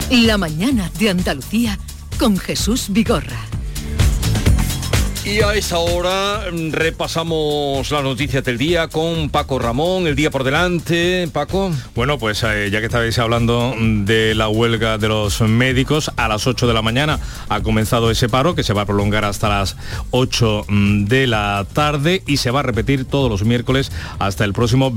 La mañana de Andalucía con Jesús Vigorra. Y a esa hora repasamos las noticias del día con Paco Ramón. El día por delante, Paco. Bueno, pues ya que estabais hablando de la huelga de los médicos, a las 8 de la mañana ha comenzado ese paro que se va a prolongar hasta las 8 de la tarde y se va a repetir todos los miércoles hasta el próximo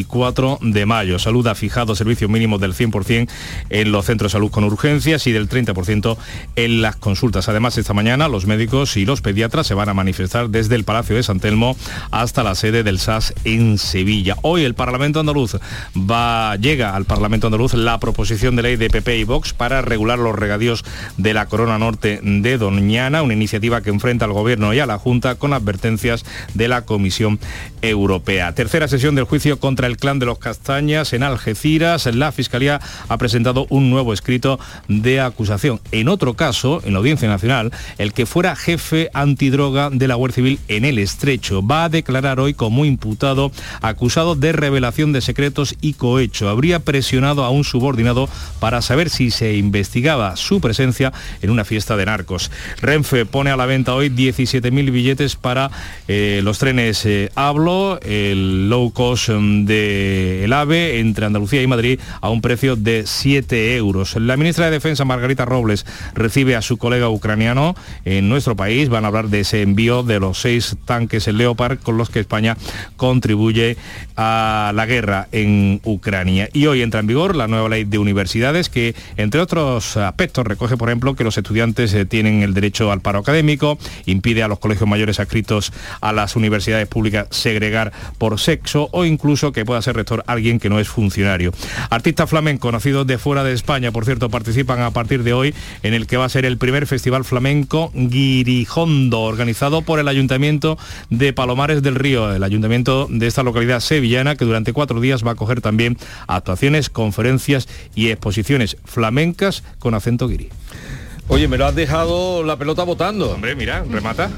24 de mayo. Salud ha fijado servicios mínimos del 100% en los centros de salud con urgencias y del 30% en las consultas. Además, esta mañana los médicos y los pediatras se van a manifestar desde el Palacio de San Telmo hasta la sede del SAS en Sevilla. Hoy el Parlamento andaluz llega al Parlamento andaluz la proposición de ley de PP y Vox para regular los regadíos de la Corona Norte de Doñana, una iniciativa que enfrenta al Gobierno y a la Junta con advertencias de la Comisión Europea. Tercera sesión del juicio contra el clan de los Castañas en Algeciras. La Fiscalía ha presentado un nuevo escrito de acusación. En otro caso, en la Audiencia Nacional, el que fuera jefe antidroga de la Guardia Civil en el Estrecho va a declarar hoy como imputado acusado de revelación de secretos y cohecho. Habría presionado a un subordinado para saber si se investigaba su presencia en una fiesta de narcos. Renfe pone a la venta hoy 17.000 billetes para los trenes Hablo, el low cost del AVE entre Andalucía y Madrid a un precio de 7 euros. La ministra de Defensa, Margarita Robles, recibe a su colega ucraniano en nuestro país. Van a hablar de ese envío de los 6 tanques Leopard con los que España contribuye a la guerra en Ucrania. Y hoy entra en vigor la nueva ley de universidades que, entre otros aspectos, recoge, por ejemplo, que los estudiantes tienen el derecho al paro académico, impide a los colegios mayores adscritos a las universidades públicas segregar por sexo o incluso que pueda ser rector alguien que no es funcionario. Artistas flamencos nacidos de fuera de España, por cierto, participan a partir de hoy en el que va a ser el primer festival flamenco Guirijondo, organizado por el Ayuntamiento de Palomares del Río, el ayuntamiento de esta localidad sevillana, que durante 4 días va a acoger también actuaciones, conferencias y exposiciones flamencas con acento guiri. Oye, me lo has dejado la pelota botando. Hombre, mira, remata.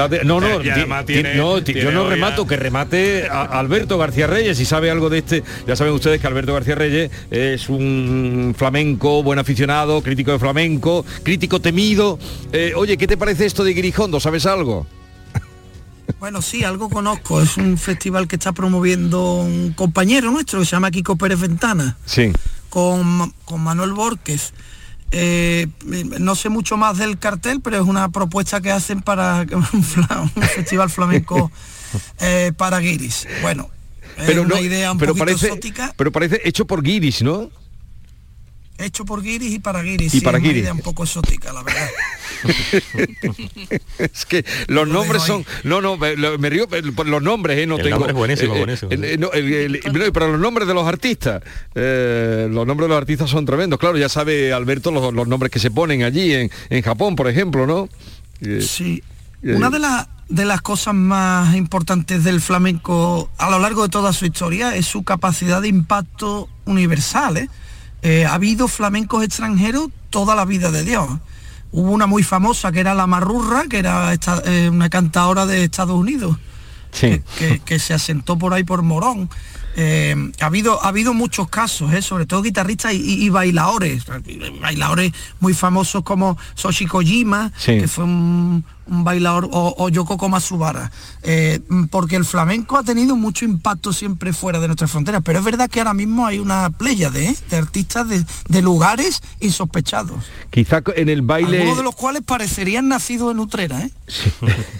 Yo no remato, que remate a Alberto García Reyes. Si sabe algo de este, ya saben ustedes que Alberto García Reyes es un flamenco, buen aficionado, crítico de flamenco, crítico temido. Oye, ¿qué te parece esto de Guirijondo? ¿Sabes algo? Bueno, sí, algo conozco. Es un festival que está promoviendo un compañero nuestro que se llama Kiko Pérez Ventana. Sí. Con Manuel Borges. No sé mucho más del cartel, pero es una propuesta que hacen para un festival flamenco para guiris. Bueno, pero una idea un poquito exótica. Pero parece hecho por guiris, ¿no? Hecho por guiris y para guiris. Y para es guiris. Una idea un poco exótica, la verdad. Es que los nombres son... me río por los nombres, no el tengo... nombre es buenísimo, buenísimo. Pero los nombres de los artistas, los nombres de los artistas son tremendos. Claro, ya sabe Alberto los nombres que se ponen allí en Japón, por ejemplo, ¿no? Sí. Una de las cosas más importantes del flamenco a lo largo de toda su historia es su capacidad de impacto universal, ha habido flamencos extranjeros toda la vida de Dios. Hubo una muy famosa que era La Marrurra, que era una cantadora de Estados Unidos, sí. que se asentó por ahí por Morón. Ha habido muchos casos, sobre todo guitarristas y bailadores muy famosos como Soshi Kojima, sí. que fue un bailador, o Yoko Komatsubara, porque el flamenco ha tenido mucho impacto siempre fuera de nuestras fronteras, pero es verdad que ahora mismo hay una pléyade de artistas de lugares insospechados. Quizá en el baile... Algunos de los cuales parecerían nacidos en Utrera, Sí.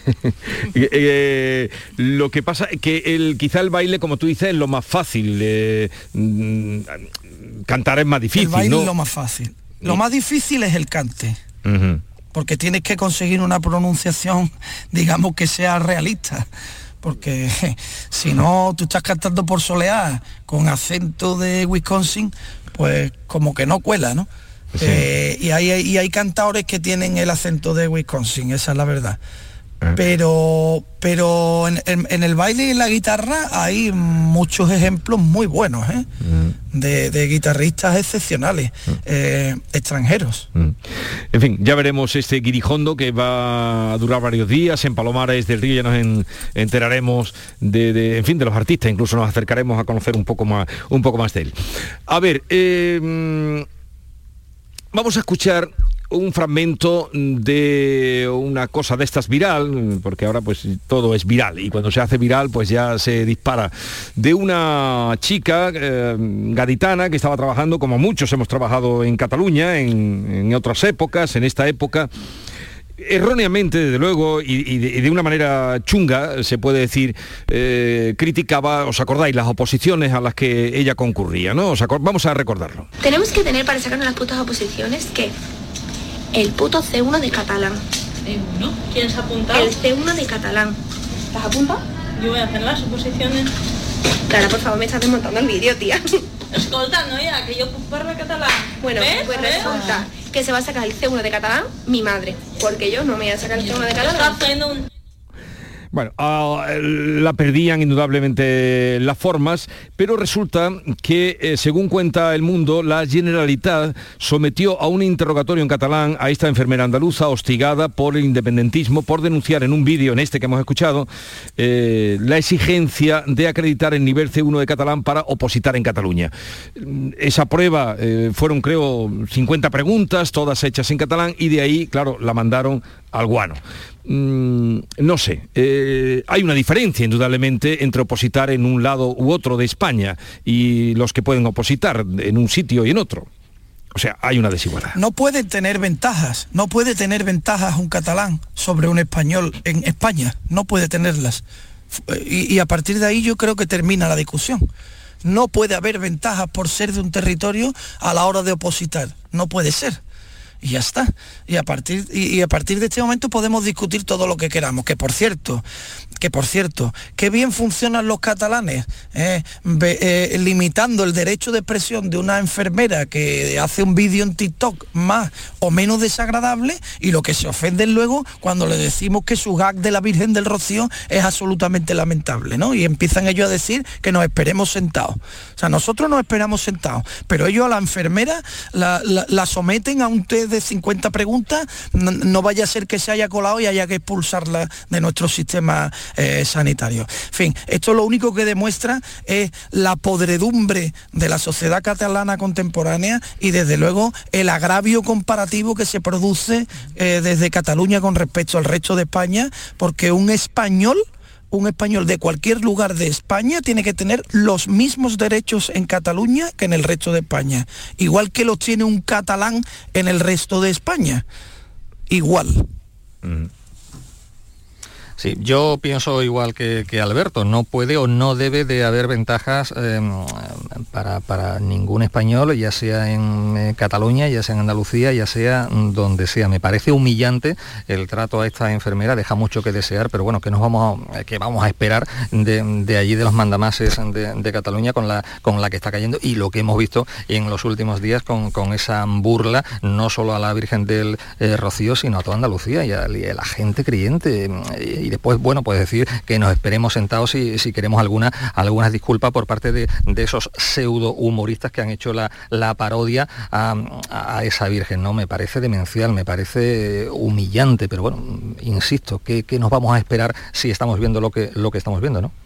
Lo que pasa es que quizá el baile, como tú dices, es lo más fácil. Cantar es más difícil, el baile ¿no? es lo más fácil. Lo más difícil es el cante. Uh-huh. Porque tienes que conseguir una pronunciación, digamos, que sea realista. Porque si no, tú estás cantando por soleá con acento de Wisconsin, pues como que no cuela, ¿no? Sí. Y hay cantadores que tienen el acento de Wisconsin, esa es la verdad. Pero en el baile y en la guitarra hay muchos ejemplos muy buenos, de guitarristas excepcionales, extranjeros. En fin, ya veremos este Guirijondo, que va a durar varios días en Palomares del Río. Ya nos enteraremos de los artistas, incluso nos acercaremos a conocer un poco más de él. A ver, Vamos a escuchar un fragmento de una cosa de estas viral, porque ahora pues todo es viral y cuando se hace viral pues ya se dispara, de una chica gaditana que estaba trabajando, como muchos hemos trabajado en Cataluña, en otras épocas, en esta época, erróneamente, desde luego, y de una manera chunga, se puede decir, criticaba, ¿os acordáis?, las oposiciones a las que ella concurría, ¿no? Vamos a recordarlo. Tenemos que tener para sacarnos las putas oposiciones que el puto C1 de catalán. ¿C1? ¿Quién se ha apuntado? El C1 de catalán. ¿Te has apuntado? Yo voy a hacer las oposiciones. Clara, por favor, me estás desmontando el vídeo, tía. Escolta, no, ya, que yo parlo catalán. Bueno, ¿ves? pues resulta que se va a sacar el C1 de catalán mi madre, porque yo no me voy a sacar el C1 de catalán. Está haciendo un... Bueno, la perdían indudablemente las formas, pero resulta que, según cuenta El Mundo, la Generalitat sometió a un interrogatorio en catalán a esta enfermera andaluza hostigada por el independentismo por denunciar en un vídeo, en este que hemos escuchado, la exigencia de acreditar el nivel C1 de catalán para opositar en Cataluña. Esa prueba fueron, creo, 50 preguntas, todas hechas en catalán, y de ahí, claro, la mandaron al guano. No sé, hay una diferencia indudablemente entre opositar en un lado u otro de España y los que pueden opositar en un sitio y en otro. O sea, hay una desigualdad. No puede tener ventajas un catalán sobre un español en España, no puede tenerlas. Y a partir de ahí yo creo que termina la discusión. No puede haber ventajas por ser de un territorio a la hora de opositar, no puede ser. Y ya está. Y a partir de este momento podemos discutir todo lo que queramos. Que por cierto, qué bien funcionan los catalanes, limitando el derecho de expresión de una enfermera que hace un vídeo en TikTok más o menos desagradable, y lo que se ofenden luego cuando le decimos que su gag de la Virgen del Rocío es absolutamente lamentable, ¿no? Y empiezan ellos a decir que nos esperemos sentados. O sea, nosotros nos esperamos sentados, pero ellos a la enfermera la someten a un test de 50 preguntas, no vaya a ser que se haya colado y haya que expulsarla de nuestro sistema sanitario. En fin, esto lo único que demuestra es la podredumbre de la sociedad catalana contemporánea y desde luego el agravio comparativo que se produce desde Cataluña con respecto al resto de España, porque un español de cualquier lugar de España tiene que tener los mismos derechos en Cataluña que en el resto de España, igual que los tiene un catalán en el resto de España, igual. Sí, yo pienso igual que Alberto, no puede o no debe de haber ventajas para ningún español, ya sea en Cataluña, ya sea en Andalucía, ya sea donde sea. Me parece humillante el trato a esta enfermera, deja mucho que desear, pero bueno, que vamos a esperar de allí, de los mandamases de Cataluña, con la que está cayendo, y lo que hemos visto en los últimos días con esa burla, no solo a la Virgen del Rocío, sino a toda Andalucía y a la gente creyente. Y después, bueno, pues decir que nos esperemos sentados si queremos algunas disculpas por parte de esos pseudo humoristas que han hecho la parodia a esa Virgen, ¿no? Me parece demencial, me parece humillante, pero bueno, insisto, ¿qué nos vamos a esperar si estamos viendo lo que estamos viendo, ¿no?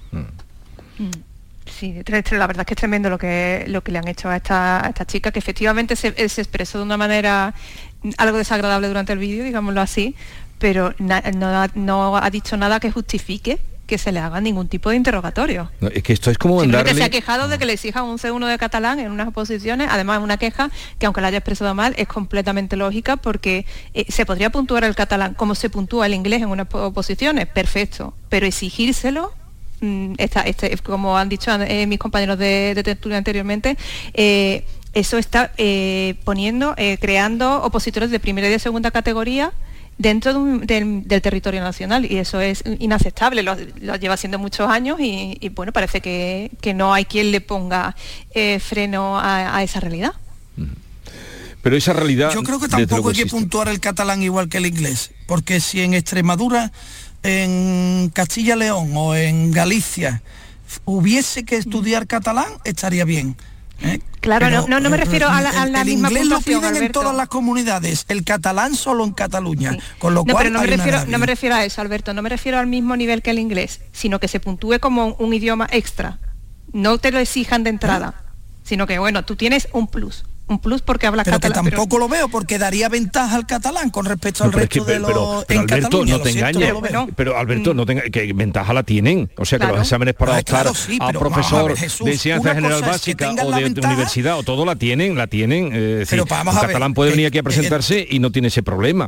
Sí, la verdad es que es tremendo lo que le han hecho a esta chica, que efectivamente se expresó de una manera algo desagradable durante el vídeo, digámoslo así, pero no ha dicho nada que justifique que se le haga ningún tipo de interrogatorio. No, es que esto es como simplemente se ha quejado de que le exijan un C1 de catalán en unas oposiciones, además una queja que, aunque la haya expresado mal, es completamente lógica, porque se podría puntuar el catalán como se puntúa el inglés en unas oposiciones, perfecto, pero exigírselo, como han dicho mis compañeros de tertulia anteriormente, eso está creando opositores de primera y de segunda categoría dentro del territorio nacional, y eso es inaceptable, lo lleva haciendo muchos años y bueno, parece que no hay quien le ponga freno a esa realidad. Pero esa realidad... Yo creo que tampoco hay que puntuar el catalán igual que el inglés, porque si en Extremadura, en Castilla-León o en Galicia hubiese que estudiar catalán, estaría bien. Claro, pero no me refiero a la misma puntuación. El inglés lo piden, Alberto, en todas las comunidades, el catalán solo en Cataluña, sí. Con lo cual pero no me refiero a eso, Alberto, no me refiero al mismo nivel que el inglés, sino que se puntúe como un idioma extra. No te lo exijan de entrada, sino que bueno, tú tienes un plus. un plus porque hablas pero catalán. Que tampoco lo veo, porque daría ventaja al catalán con respecto al resto de los... Pero en Alberto, Cataluña, no te engañes. Pero Alberto, no tenga, que ventaja la tienen. O sea, que los exámenes para optar a profesor de enseñanza general básica o de universidad o todo la tienen. Pero vamos a ver, catalán puede venir aquí a presentarse y no tiene ese problema.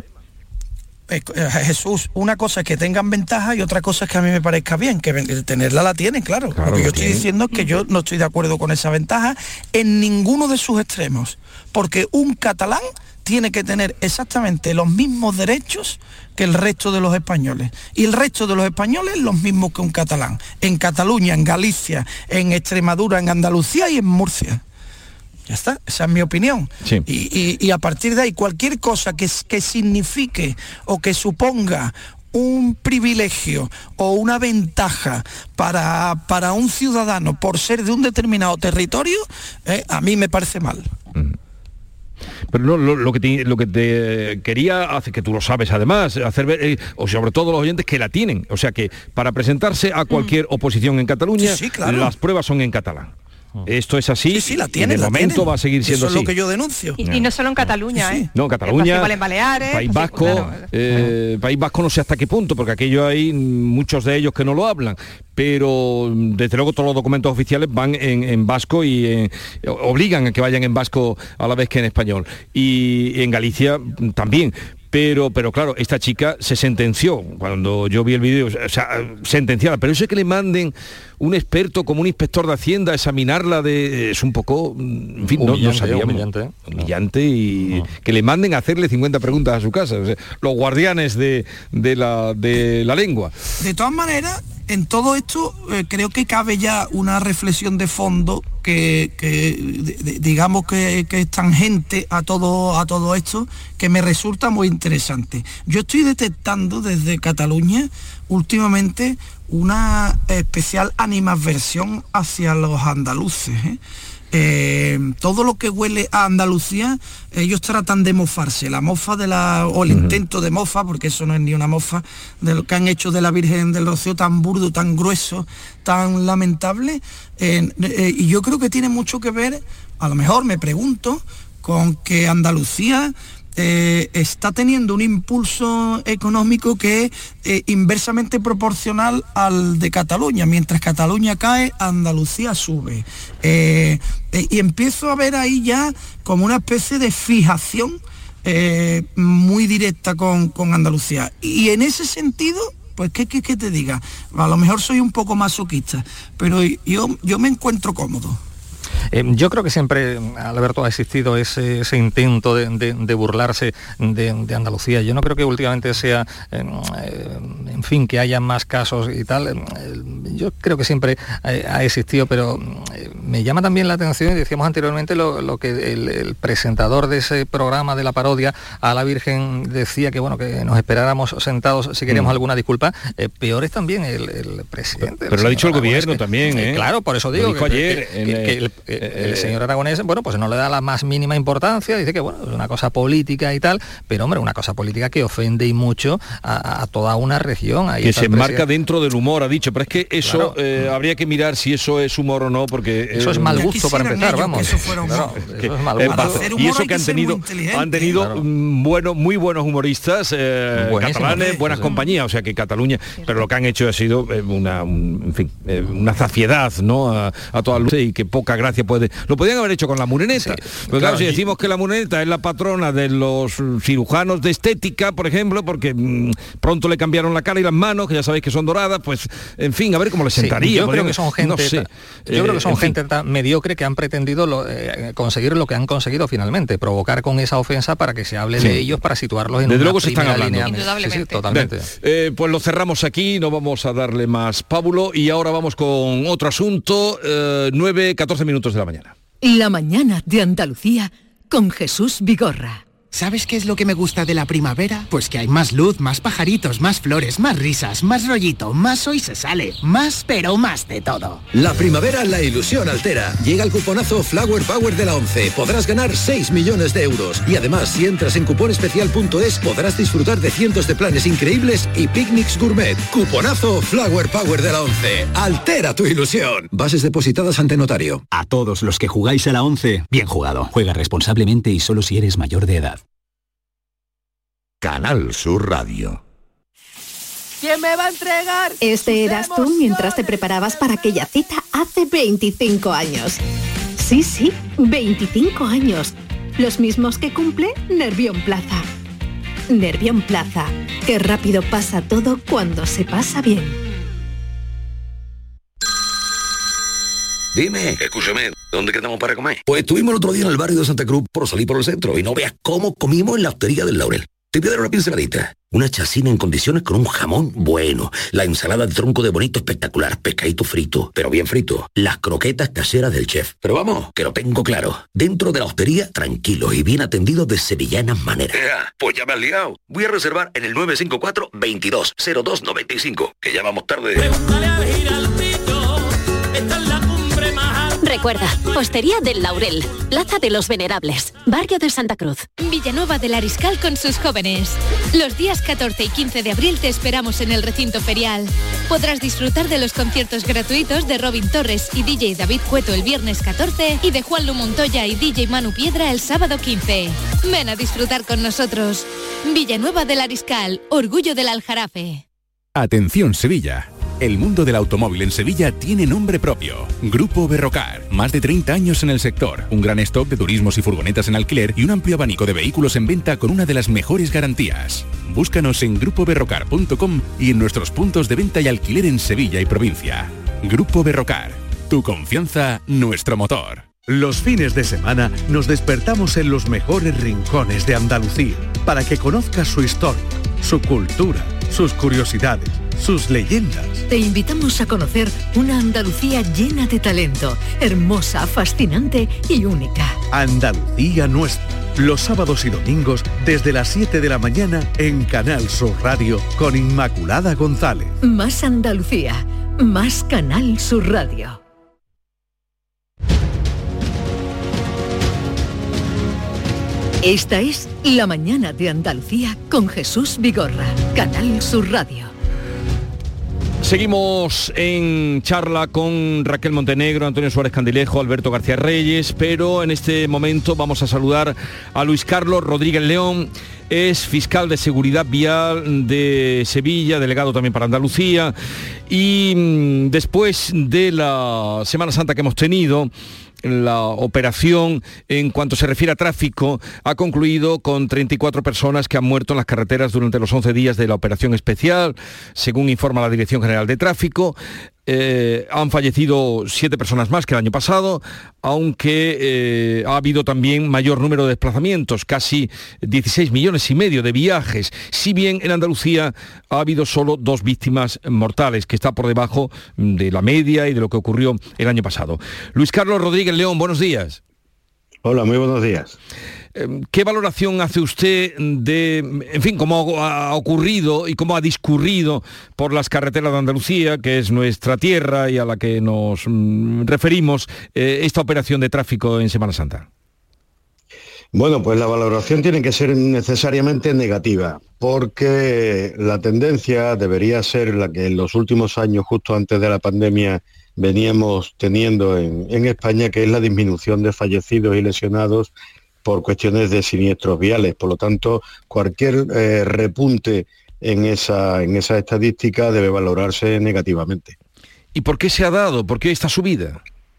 Jesús, una cosa es que tengan ventaja y otra cosa es que a mí me parezca bien, que tenerla la tienen, claro. Lo que yo estoy diciendo es que yo no estoy de acuerdo con esa ventaja en ninguno de sus extremos, porque un catalán tiene que tener exactamente los mismos derechos que el resto de los españoles. Y el resto de los españoles los mismos que un catalán. En Cataluña, en Galicia, en Extremadura, en Andalucía y en Murcia. Ya está, esa es mi opinión. Sí. Y a partir de ahí, cualquier cosa que signifique o que suponga un privilegio o una ventaja para un ciudadano por ser de un determinado territorio, a mí me parece mal. Pero no, lo que te quería hacer, que tú lo sabes además, hacer ver, o sobre todo los oyentes que la tienen. O sea que para presentarse a cualquier oposición en Cataluña, claro, las pruebas son en catalán. Esto es así, la tienen, y de momento va a seguir siendo así. Eso es lo que yo denuncio. Y no solo en Cataluña, No, Cataluña, igual en Baleares, País Vasco, País Vasco no sé hasta qué punto, porque aquello hay muchos de ellos que no lo hablan, pero desde luego todos los documentos oficiales van en vasco y obligan a que vayan en vasco a la vez que en español. Y en Galicia también. Pero claro, esta chica se sentenció, cuando yo vi el vídeo, o sea, sentenciada, pero eso es que le manden un experto como un inspector de Hacienda a examinarla es un poco, en fin, no sabíamos. Humillante y que le manden a hacerle 50 preguntas a su casa, o sea, los guardianes de la lengua. De todas maneras, en todo esto creo que cabe ya una reflexión de fondo digamos que es tangente a todo esto, que me resulta muy interesante. Yo estoy detectando desde Cataluña últimamente una especial animadversión hacia los andaluces. Todo lo que huele a Andalucía, ellos tratan de mofarse, la mofa o el intento de mofa, porque eso no es ni una mofa, de lo que han hecho de la Virgen del Rocío, tan burdo, tan grueso, tan lamentable, y yo creo que tiene mucho que ver, a lo mejor me pregunto, con que Andalucía está teniendo un impulso económico que es inversamente proporcional al de Cataluña. Mientras Cataluña cae, Andalucía sube. Y empiezo a ver ahí ya como una especie de fijación muy directa con Andalucía. Y en ese sentido, pues ¿qué te diga? A lo mejor soy un poco masoquista, pero yo me encuentro cómodo. Yo creo que siempre, Alberto, ha existido ese intento de burlarse de Andalucía. Yo no creo que últimamente sea, en fin, que haya más casos y tal. Yo creo que siempre ha existido, pero me llama también la atención, y decíamos anteriormente, lo que el presentador de ese programa de la parodia a la Virgen decía, que bueno, que nos esperáramos sentados si queríamos alguna disculpa. Peor es también el presidente. Pero lo ha dicho el gobierno también, Claro, por eso digo lo dijo ayer, que el señor Aragonés, bueno, pues no le da la más mínima importancia, dice que bueno, es una cosa política y tal, pero hombre, una cosa política que ofende y mucho a toda una región. Ahí que se enmarca dentro del humor, ha dicho, pero es que eso, claro, habría que mirar si eso es humor o no, porque eso es mal gusto para empezar, vamos. Eso es mal gusto. Y eso que han tenido claro, muy buenos humoristas catalanes, buenas compañías, o sea que Cataluña, pero lo que han hecho ha sido una zafiedad, ¿no? A todas luces, y que poca gracia puede. Lo podían haber hecho con la Moreneta. Sí, pero claro, si decimos que la Moreneta es la patrona de los cirujanos de estética, por ejemplo, porque pronto le cambiaron la cara y las manos, que ya sabéis que son doradas, pues en fin, a ver cómo le sentaría. Yo creo que son gente, yo creo que son gente tan mediocre que han pretendido conseguir lo que han conseguido finalmente, provocar con esa ofensa para que se hable de ellos, para situarlos en una primera línea. Indudablemente. Totalmente. Pues lo cerramos aquí, no vamos a darle más pábulo, y ahora vamos con otro asunto. 9:14 de la mañana. La mañana de Andalucía con Jesús Vigorra. ¿Sabes qué es lo que me gusta de la primavera? Pues que hay más luz, más pajaritos, más flores, más risas, más rollito, más hoy se sale, más pero más de todo. La primavera la ilusión altera. Llega el cuponazo Flower Power de la 11. Podrás ganar 6 millones de euros. Y además, si entras en cuponespecial.es, podrás disfrutar de cientos de planes increíbles y picnics gourmet. Cuponazo Flower Power de la 11. Altera tu ilusión. Bases depositadas ante notario. A todos los que jugáis a la 11, bien jugado. Juega responsablemente y solo si eres mayor de edad. Canal Sur Radio. ¿Quién me va a entregar? Este eras tú mientras te preparabas para aquella cita hace 25 años. Sí, 25 años. Los mismos que cumple Nervión Plaza. Nervión Plaza. Qué rápido pasa todo cuando se pasa bien. Dime, escúchame, ¿dónde quedamos para comer? Pues estuvimos el otro día en el barrio de Santa Cruz por salir por el centro y no veas cómo comimos en la hostería del Laurel. Te voy a dar una pinceladita. Una chacina en condiciones con un jamón bueno. La ensalada de tronco de bonito espectacular. Pescadito frito, pero bien frito. Las croquetas caseras del chef. Pero vamos, que lo tengo claro. Dentro de la hostería, tranquilos y bien atendidos de sevillanas maneras. Pues ya me has liado. Voy a reservar en el 954 22 02 95, que ya vamos tarde. Pregúntale a Giraldito, esta es la cumbre más alta. Recuerda, Hostería del Laurel, Plaza de los Venerables, Barrio de Santa Cruz. Villanueva del Ariscal con sus jóvenes. Los días 14 y 15 de abril te esperamos en el recinto ferial. Podrás disfrutar de los conciertos gratuitos de Robin Torres y DJ David Cueto el viernes 14 y de Juan Lu Montoya y DJ Manu Piedra el sábado 15. Ven a disfrutar con nosotros. Villanueva del Ariscal, orgullo del Aljarafe. Atención Sevilla. El mundo del automóvil en Sevilla tiene nombre propio. Grupo Berrocar. Más de 30 años en el sector. Un gran stock de turismos y furgonetas en alquiler y un amplio abanico de vehículos en venta con una de las mejores garantías. Búscanos en grupoberrocar.com y en nuestros puntos de venta y alquiler en Sevilla y provincia. Grupo Berrocar. Tu confianza, nuestro motor. Los fines de semana nos despertamos en los mejores rincones de Andalucía para que conozcas su historia, su cultura, sus curiosidades, sus leyendas. Te invitamos a conocer una Andalucía llena de talento, hermosa, fascinante y única. Andalucía Nuestra. Los sábados y domingos desde las 7 de la mañana en Canal Sur Radio con Inmaculada González. Más Andalucía, más Canal Sur Radio. Esta es La Mañana de Andalucía con Jesús Vigorra, Canal Sur Radio. Seguimos en charla con Raquel Montenegro, Antonio Suárez Candilejo, Alberto García Reyes, pero en este momento vamos a saludar a Luis Carlos Rodríguez León, es fiscal de Seguridad Vial de Sevilla, delegado también para Andalucía, y después de la Semana Santa que hemos tenido, la operación en cuanto se refiere a tráfico ha concluido con 34 personas que han muerto en las carreteras durante los 11 días de la operación especial, según informa la Dirección General de Tráfico. Han fallecido 7 personas más que el año pasado, aunque ha habido también mayor número de desplazamientos, casi 16 millones y medio de viajes, si bien en Andalucía ha habido solo 2 víctimas mortales, que está por debajo de la media y de lo que ocurrió el año pasado. Luis Carlos Rodríguez León, buenos días. Hola, muy buenos días. ¿Qué valoración hace usted de, en fin, cómo ha ocurrido y cómo ha discurrido por las carreteras de Andalucía, que es nuestra tierra y a la que nos referimos, esta operación de tráfico en Semana Santa? Bueno, pues la valoración tiene que ser necesariamente negativa, porque la tendencia debería ser la que en los últimos años, justo antes de la pandemia, veníamos teniendo en España, que es la disminución de fallecidos y lesionados por cuestiones de siniestros viales. Por lo tanto, cualquier repunte en esa estadística debe valorarse negativamente. ¿Y por qué se ha dado? ¿Por qué esta subida?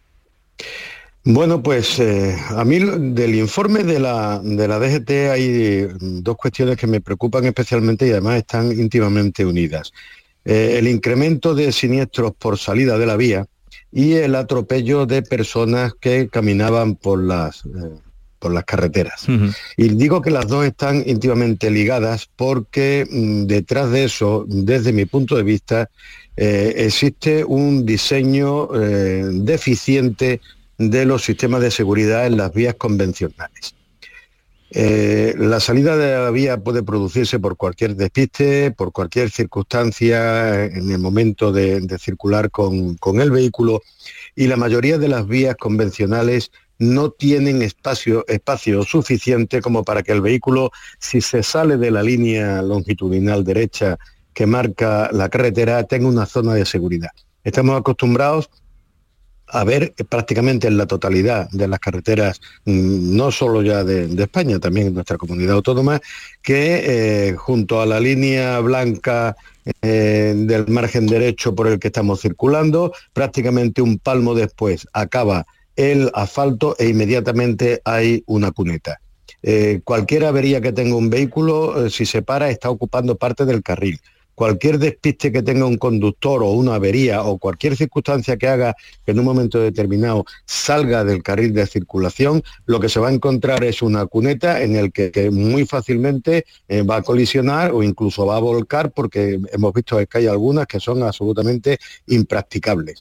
Bueno, pues a mí del informe de la DGT hay 2 cuestiones que me preocupan especialmente y además están íntimamente unidas. El incremento de siniestros por salida de la vía y el atropello de personas que caminaban por las carreteras. Uh-huh. Y digo que las 2 están íntimamente ligadas porque detrás de eso, desde mi punto de vista, existe un diseño deficiente de los sistemas de seguridad en las vías convencionales. La salida de la vía puede producirse por cualquier despiste, por cualquier circunstancia en el momento de circular con el vehículo, y la mayoría de las vías convencionales no tienen espacio suficiente como para que el vehículo, si se sale de la línea longitudinal derecha que marca la carretera, tenga una zona de seguridad. Estamos acostumbrados a ver prácticamente en la totalidad de las carreteras, no solo ya de España, también en nuestra comunidad autónoma, que junto a la línea blanca del margen derecho por el que estamos circulando, prácticamente un palmo después acaba el asfalto e inmediatamente hay una cuneta. Cualquier avería que tenga un vehículo, si se para, está ocupando parte del carril. Cualquier despiste que tenga un conductor o una avería o cualquier circunstancia que haga que en un momento determinado salga del carril de circulación, lo que se va a encontrar es una cuneta en el que muy fácilmente va a colisionar o incluso va a volcar, porque hemos visto que hay algunas que son absolutamente impracticables.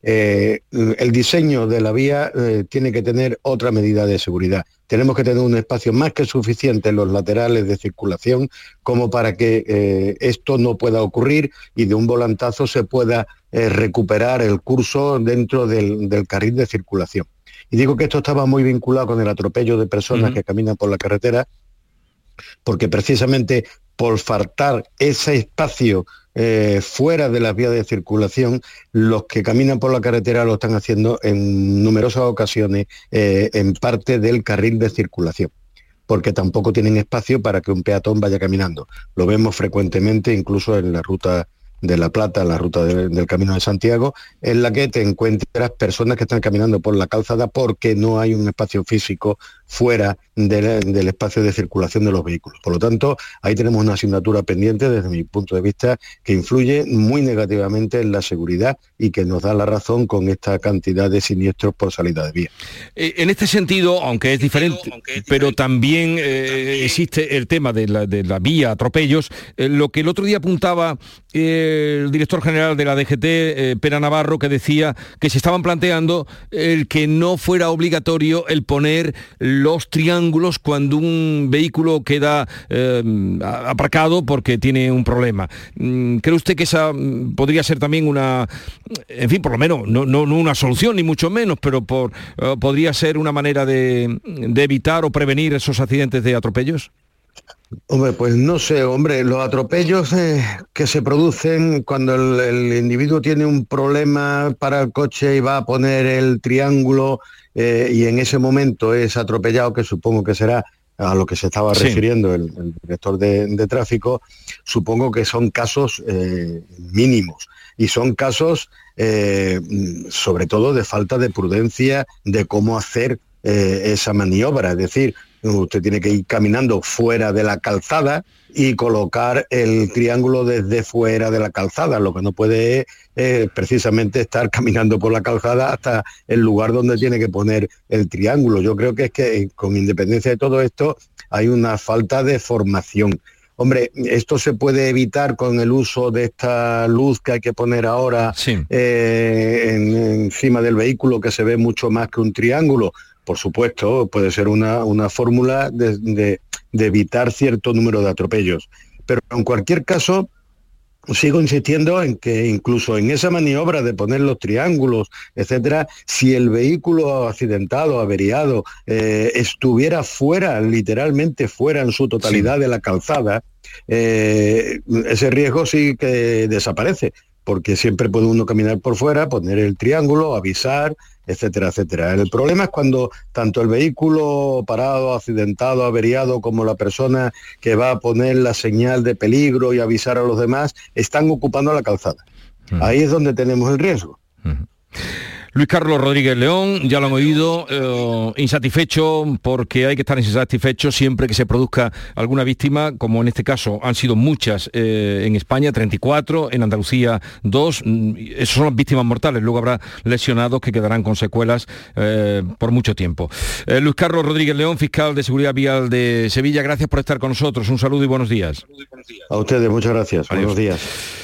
El diseño de la vía tiene que tener otra medida de seguridad. Tenemos que tener un espacio más que suficiente en los laterales de circulación como para que esto no pueda ocurrir y de un volantazo se pueda recuperar el curso dentro del carril de circulación. Y digo que esto estaba muy vinculado con el atropello de personas que caminan por la carretera, porque precisamente por faltar ese espacio fuera de las vías de circulación, los que caminan por la carretera lo están haciendo en numerosas ocasiones en parte del carril de circulación, porque tampoco tienen espacio para que un peatón vaya caminando. Lo vemos frecuentemente incluso en la ruta de La Plata, la ruta del Camino de Santiago, en la que te encuentras personas que están caminando por la calzada porque no hay un espacio físico fuera del espacio de circulación de los vehículos. Por lo tanto, ahí tenemos una asignatura pendiente desde mi punto de vista que influye muy negativamente en la seguridad y que nos da la razón con esta cantidad de siniestros por salida de vía. En este sentido, aunque es diferente, pero también existe el tema de la vía, atropellos, lo que el otro día apuntaba el director general de la DGT, Pera Navarro, que decía que se estaban planteando el que no fuera obligatorio el poner los triángulos cuando un vehículo queda aparcado porque tiene un problema. ¿Cree usted que esa podría ser también una, en fin, por lo menos, no una solución ni mucho menos, pero podría ser una manera de evitar o prevenir esos accidentes de atropellos? Hombre, pues no sé, los atropellos que se producen cuando el individuo tiene un problema para el coche y va a poner el triángulo y en ese momento es atropellado, que supongo que será a lo que se estaba refiriendo el director de tráfico, supongo que son casos mínimos y son casos sobre todo de falta de prudencia de cómo hacer esa maniobra, es decir, usted tiene que ir caminando fuera de la calzada y colocar el triángulo desde fuera de la calzada. Lo que no puede es precisamente estar caminando por la calzada hasta el lugar donde tiene que poner el triángulo. Yo creo que es que con independencia de todo esto hay una falta de formación. Hombre, esto se puede evitar con el uso de esta luz que hay que poner ahora encima del vehículo, que se ve mucho más que un triángulo. Por supuesto, puede ser una fórmula de evitar cierto número de atropellos. Pero en cualquier caso, sigo insistiendo en que incluso en esa maniobra de poner los triángulos, etcétera, si el vehículo accidentado, averiado, estuviera fuera, literalmente fuera en su totalidad de la calzada, ese riesgo sí que desaparece, porque siempre puede uno caminar por fuera, poner el triángulo, avisar, etcétera, etcétera. El problema es cuando tanto el vehículo parado, accidentado, averiado, como la persona que va a poner la señal de peligro y avisar a los demás, están ocupando la calzada. Ahí es donde tenemos el riesgo. Luis Carlos Rodríguez León, ya lo han oído, insatisfecho porque hay que estar insatisfecho siempre que se produzca alguna víctima, como en este caso han sido muchas en España, 34, en Andalucía 2, esas son las víctimas mortales, luego habrá lesionados que quedarán con secuelas por mucho tiempo. Luis Carlos Rodríguez León, fiscal de Seguridad Vial de Sevilla, gracias por estar con nosotros, un saludo y buenos días. A ustedes, muchas gracias. Adiós. Buenos días.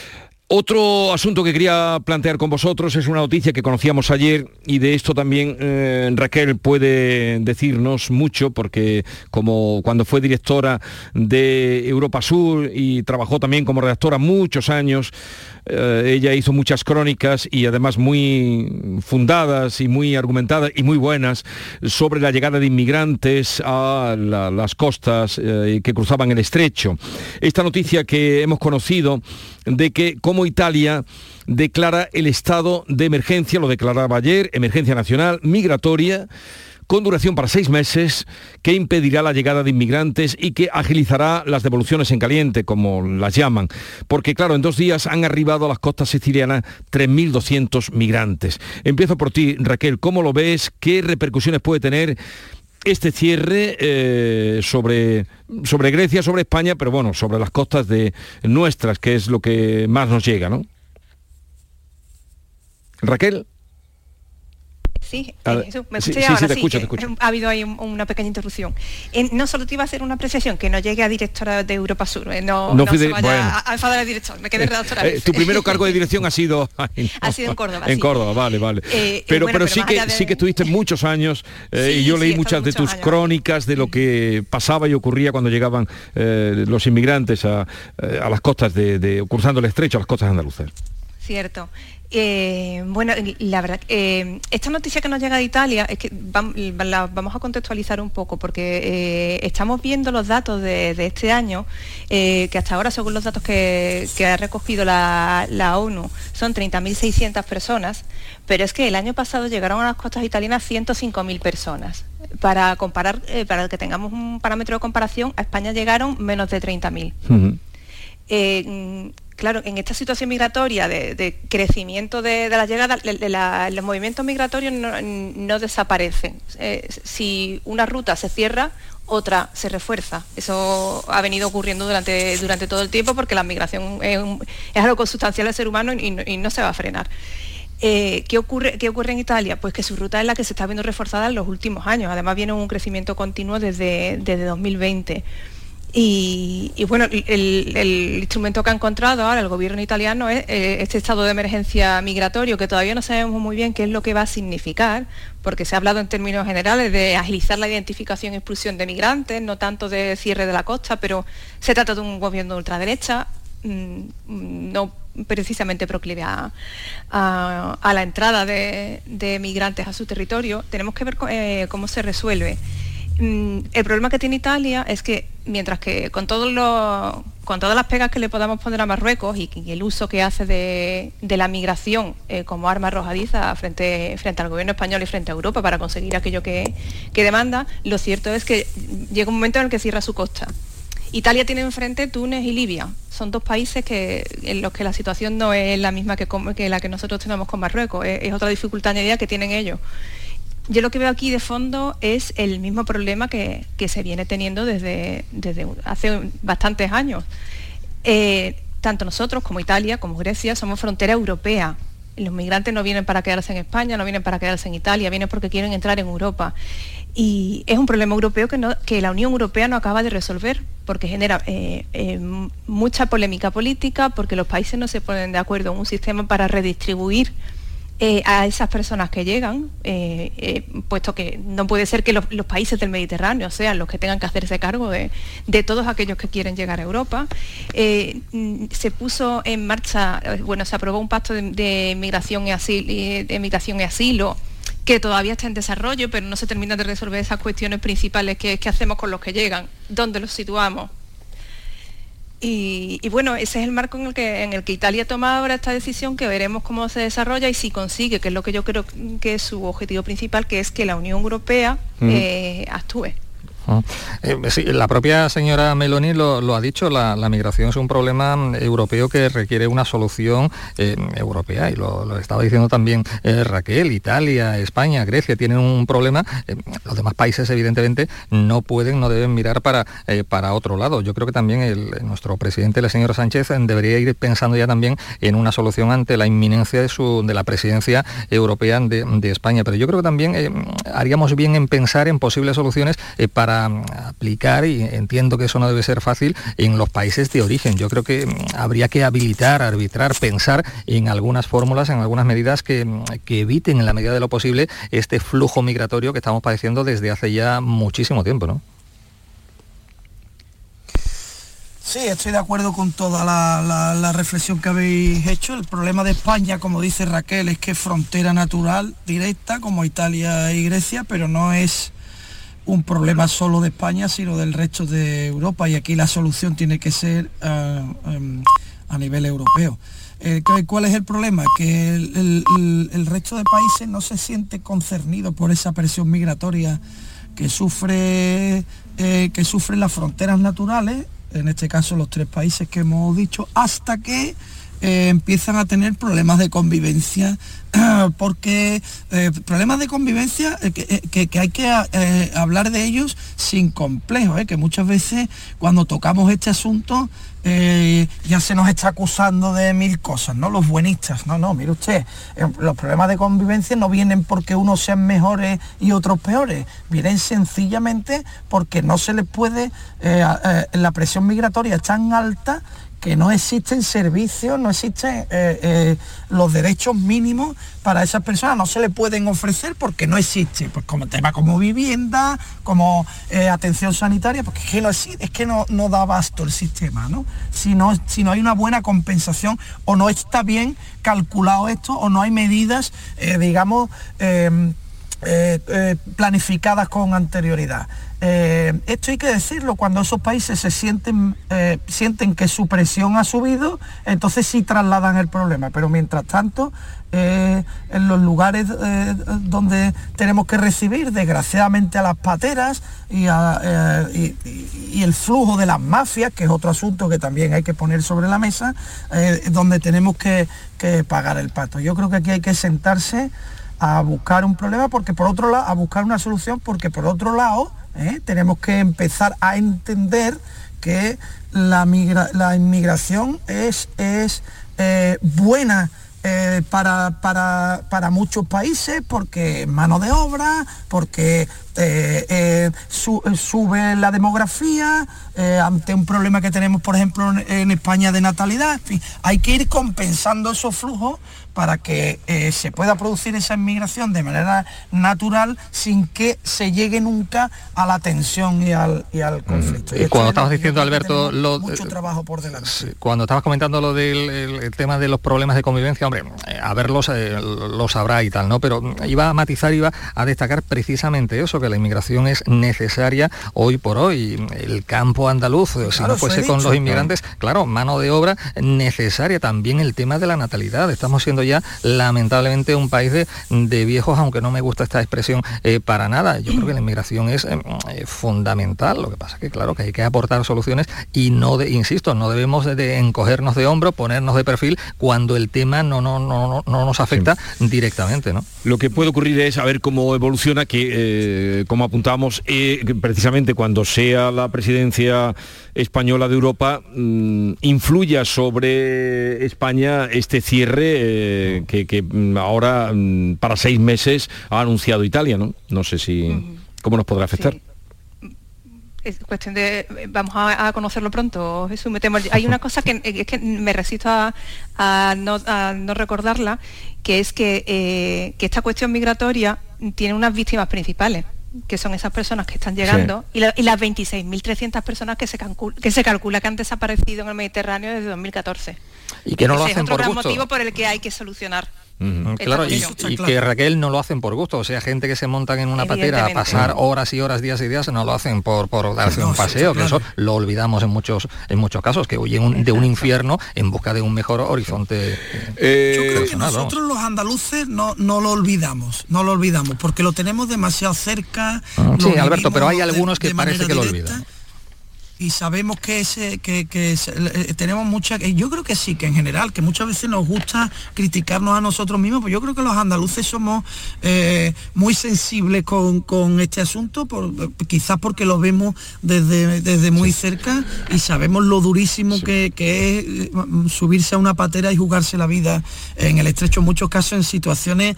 Otro asunto que quería plantear con vosotros es una noticia que conocíamos ayer y de esto también Raquel puede decirnos mucho porque como cuando fue directora de Europa Sur y trabajó también como redactora muchos años, ella hizo muchas crónicas y además muy fundadas y muy argumentadas y muy buenas sobre la llegada de inmigrantes a las costas que cruzaban el estrecho. Esta noticia que hemos conocido de que como Italia declara el estado de emergencia, lo declaraba ayer, emergencia nacional migratoria, con duración para 6 meses, que impedirá la llegada de inmigrantes y que agilizará las devoluciones en caliente, como las llaman. Porque, claro, en 2 días han arribado a las costas sicilianas 3.200 migrantes. Empiezo por ti, Raquel. ¿Cómo lo ves? ¿Qué repercusiones puede tener este cierre sobre Grecia, sobre España, pero bueno, sobre las costas de nuestras, que es lo que más nos llega, ¿no? Raquel. Sí, sí, me escuché ahora, te escucho. Ha habido ahí una pequeña interrupción. No solo te iba a hacer una apreciación, que no llegue a directora de Europa Sur, no se vaya a enfadar al director, me quedé redactora. Tu primer cargo de dirección ha sido... Ha sido en Córdoba. En Córdoba, vale. Pero sí que estuviste muchos años y yo leí muchas de tus crónicas de lo que pasaba y ocurría cuando llegaban los inmigrantes a las costas cruzando el estrecho, a las costas andaluzas. Cierto. Bueno, la verdad, esta noticia que nos llega de Italia es que la vamos a contextualizar un poco porque estamos viendo los datos de este año, que hasta ahora, según los datos que ha recogido la ONU, son 30.600 personas, pero es que el año pasado llegaron a las costas italianas 105.000 personas. Para comparar, para que tengamos un parámetro de comparación, a España llegaron menos de 30.000. Uh-huh. Claro, en esta situación migratoria de crecimiento de la llegada, los movimientos migratorios no desaparecen. Si una ruta se cierra, otra se refuerza. Eso ha venido ocurriendo durante todo el tiempo porque la migración es algo consustancial al ser humano y no se va a frenar. ¿Qué ocurre en Italia? Pues que su ruta es la que se está viendo reforzada en los últimos años. Además viene un crecimiento continuo desde 2020. Y bueno, el instrumento que ha encontrado ahora el gobierno italiano es este estado de emergencia migratorio, que todavía no sabemos muy bien qué es lo que va a significar, porque se ha hablado en términos generales de agilizar la identificación y expulsión de migrantes, no tanto de cierre de la costa, pero se trata de un gobierno de ultraderecha, no precisamente proclive a la entrada de migrantes a su territorio. Tenemos que ver cómo se resuelve. El problema que tiene Italia es que mientras que con todas las pegas que le podamos poner a Marruecos y el uso que hace de la migración como arma arrojadiza frente al gobierno español y frente a Europa para conseguir aquello que demanda, lo cierto es que llega un momento en el que cierra su costa. Italia tiene enfrente Túnez y Libia. Son 2 países en los que la situación no es la misma que la que nosotros tenemos con Marruecos. Es otra dificultad añadida que tienen ellos. Yo lo que veo aquí de fondo es el mismo problema que se viene teniendo desde hace bastantes años. Tanto nosotros como Italia, como Grecia, somos frontera europea. Los migrantes no vienen para quedarse en España, no vienen para quedarse en Italia, vienen porque quieren entrar en Europa. Y es un problema europeo que la Unión Europea no acaba de resolver, porque genera mucha polémica política, porque los países no se ponen de acuerdo en un sistema para redistribuir a esas personas que llegan, puesto que no puede ser que los países del Mediterráneo sean los que tengan que hacerse cargo de todos aquellos que quieren llegar a Europa. Se puso en marcha, se aprobó un pacto de migración y asilo, que todavía está en desarrollo, pero no se termina de resolver esas cuestiones principales que hacemos con los que llegan, dónde los situamos. Y bueno, ese es el marco en el que Italia toma ahora esta decisión, que veremos cómo se desarrolla y si consigue, que es lo que yo creo que es su objetivo principal, que es que la Unión Europea actúe. Sí, la propia señora Meloni lo ha dicho, la migración es un problema europeo que requiere una solución europea, y lo estaba diciendo también Raquel. Italia, España, Grecia tienen un problema, los demás países evidentemente no deben mirar para otro lado. Yo creo que también nuestro presidente, la señora Sánchez, debería ir pensando ya también en una solución ante la inminencia de la presidencia europea de España, pero yo creo que también haríamos bien en pensar en posibles soluciones para para aplicar, y entiendo que eso no debe ser fácil, en los países de origen. Yo creo que habría que habilitar, arbitrar, pensar en algunas fórmulas, en algunas medidas que eviten en la medida de lo posible este flujo migratorio que estamos padeciendo desde hace ya muchísimo tiempo, ¿no? Sí, estoy de acuerdo con toda la reflexión que habéis hecho. El problema de España, como dice Raquel, es que es frontera natural directa, como Italia y Grecia, pero no es un problema solo de España, sino del resto de Europa, y aquí la solución tiene que ser a nivel europeo. ¿Cuál es el problema? Que el resto de países no se siente concernido por esa presión migratoria que sufren las fronteras naturales, en este caso los 3 países que hemos dicho, hasta que empiezan a tener problemas de convivencia, porque problemas de convivencia que hay que hablar de ellos sin complejo, que muchas veces cuando tocamos este asunto ya se nos está acusando de 1000 cosas, ¿no? Los buenistas, no, mire usted, los problemas de convivencia no vienen porque unos sean mejores y otros peores, vienen sencillamente porque no se les puede, la presión migratoria es tan alta que no existen servicios, no existen los derechos mínimos para esas personas, no se le pueden ofrecer porque no existe, pues como tema como vivienda, como atención sanitaria, porque es que no existe, es que no da abasto el sistema, ¿no? Si no hay una buena compensación, o no está bien calculado esto, o no hay medidas, planificadas con anterioridad. Esto hay que decirlo, cuando esos países se sienten que su presión ha subido, entonces sí trasladan el problema, pero mientras tanto en los lugares donde tenemos que recibir desgraciadamente a las pateras y el flujo de las mafias, que es otro asunto que también hay que poner sobre la mesa, donde tenemos que pagar el pato. Yo creo que aquí hay que sentarse a buscar un problema, porque por otro lado, a buscar una solución, porque por otro lado tenemos que empezar a entender que la inmigración es buena para muchos países, porque mano de obra, porque sube la demografía, ante un problema que tenemos, por ejemplo, en España de natalidad. En fin, hay que ir compensando esos flujos para que se pueda producir esa inmigración de manera natural, sin que se llegue nunca a la tensión y al conflicto. Y cuando estabas diciendo, Alberto, mucho trabajo por delante. Cuando estabas comentando lo del el tema de los problemas de convivencia, hombre, a verlos lo sabrá y tal, ¿no? Pero iba a matizar, iba a destacar precisamente eso, que la inmigración es necesaria hoy por hoy. El campo andaluz, claro, si no fuese con los inmigrantes, claro, mano de obra necesaria. También el tema de la natalidad. Estamos siendo ya lamentablemente un país de viejos, aunque no me gusta esta expresión para nada. Yo creo que la inmigración es fundamental. Lo que pasa es que claro, que hay que aportar soluciones y insisto, no debemos de encogernos de hombro, ponernos de perfil cuando el tema no nos afecta directamente, ¿no? Lo que puede ocurrir es a ver cómo evoluciona, que como apuntábamos, precisamente cuando sea la presidencia española de Europa, influya sobre España este cierre que ahora para 6 meses ha anunciado Italia, ¿no? No sé si cómo nos podrá afectar. Sí. Es cuestión de, vamos a conocerlo pronto, Jesús. Hay una cosa que es que me resisto a no recordarla, que es que esta cuestión migratoria tiene unas víctimas principales, que son esas personas que están llegando, sí, y las 26.300 personas que se calcula que han desaparecido en el Mediterráneo desde 2014. Y que no lo hacen por gusto. Es otro gran motivo por el que hay que solucionar. Claro, y que Raquel no lo hacen por gusto, o sea, gente que se montan en una patera a pasar horas y horas, días y días, no lo hacen por darse un paseo, que eso lo olvidamos en muchos casos, que huyen de un infierno en busca de un mejor horizonte. Yo creo que nosotros los andaluces no lo olvidamos, porque lo tenemos demasiado cerca. Sí, Alberto, pero hay algunos que parece que lo olvidan. y sabemos que tenemos mucha, yo creo que sí, que en general, que muchas veces nos gusta criticarnos a nosotros mismos, pues yo creo que los andaluces somos muy sensibles con este asunto, quizás porque lo vemos desde muy cerca y sabemos lo durísimo que es subirse a una patera y jugarse la vida en el estrecho, en muchos casos en situaciones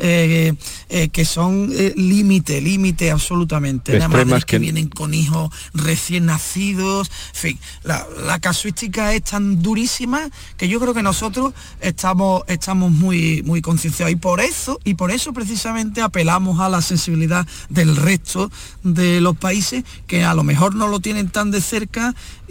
que son límite absolutamente. Madres que vienen con hijos recién nacidos, en fin, la casuística es tan durísima que yo creo que nosotros estamos muy concienciados y por eso precisamente apelamos a la sensibilidad del resto de los países que a lo mejor no lo tienen tan de cerca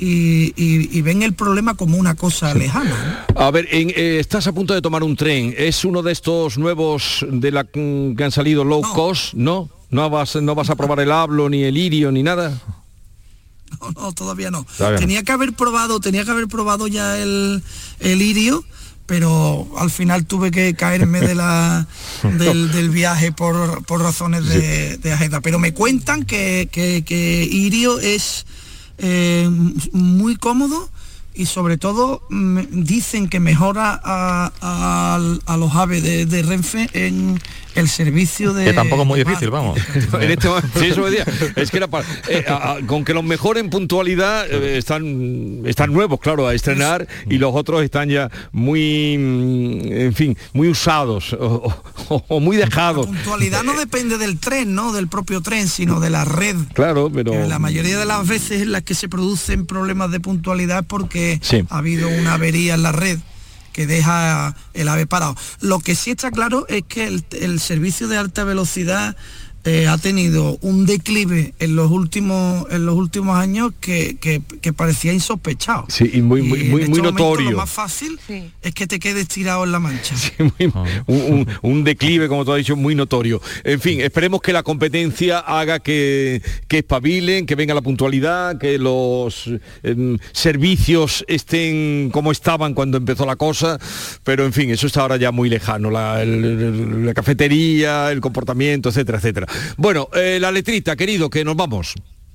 y ven el problema como una cosa lejana, ¿no? A ver, estás a punto de tomar un tren, ¿es uno de estos nuevos que han salido low cost? ¿No? ¿No vas a probar el Hablo, ni el Irio, ni nada? No, todavía no. Tenía que haber probado ya el Irio, pero al final tuve que caerme del viaje por razones de agenda. Pero me cuentan que Irio es muy cómodo y sobre todo dicen que mejora a los AVE de Renfe en el servicio de... Que tampoco es muy difícil, vamos. En este momento, sí, eso me decía. Es que era con que los mejores en puntualidad están nuevos, claro, a estrenar, y los otros están ya muy, en fin, muy usados o muy dejados. La puntualidad no depende del tren, ¿no? Del propio tren, sino de la red. Claro, pero... La mayoría de las veces en las que se producen problemas de puntualidad es porque ha habido una avería en la red que deja el AVE parado. Lo que sí está claro es que el servicio de alta velocidad ha tenido un declive en los últimos años que parecía insospechado. Sí, y muy notorio. Lo más fácil es que te quedes tirado en la mancha. Sí, un declive, como tú has dicho, muy notorio. En fin, esperemos que la competencia haga que espabilen, que venga la puntualidad, que los servicios estén como estaban cuando empezó la cosa, pero en fin, eso está ahora ya muy lejano, la cafetería, el comportamiento, etcétera, etcétera. Bueno, la letrita, querido, que nos vamos.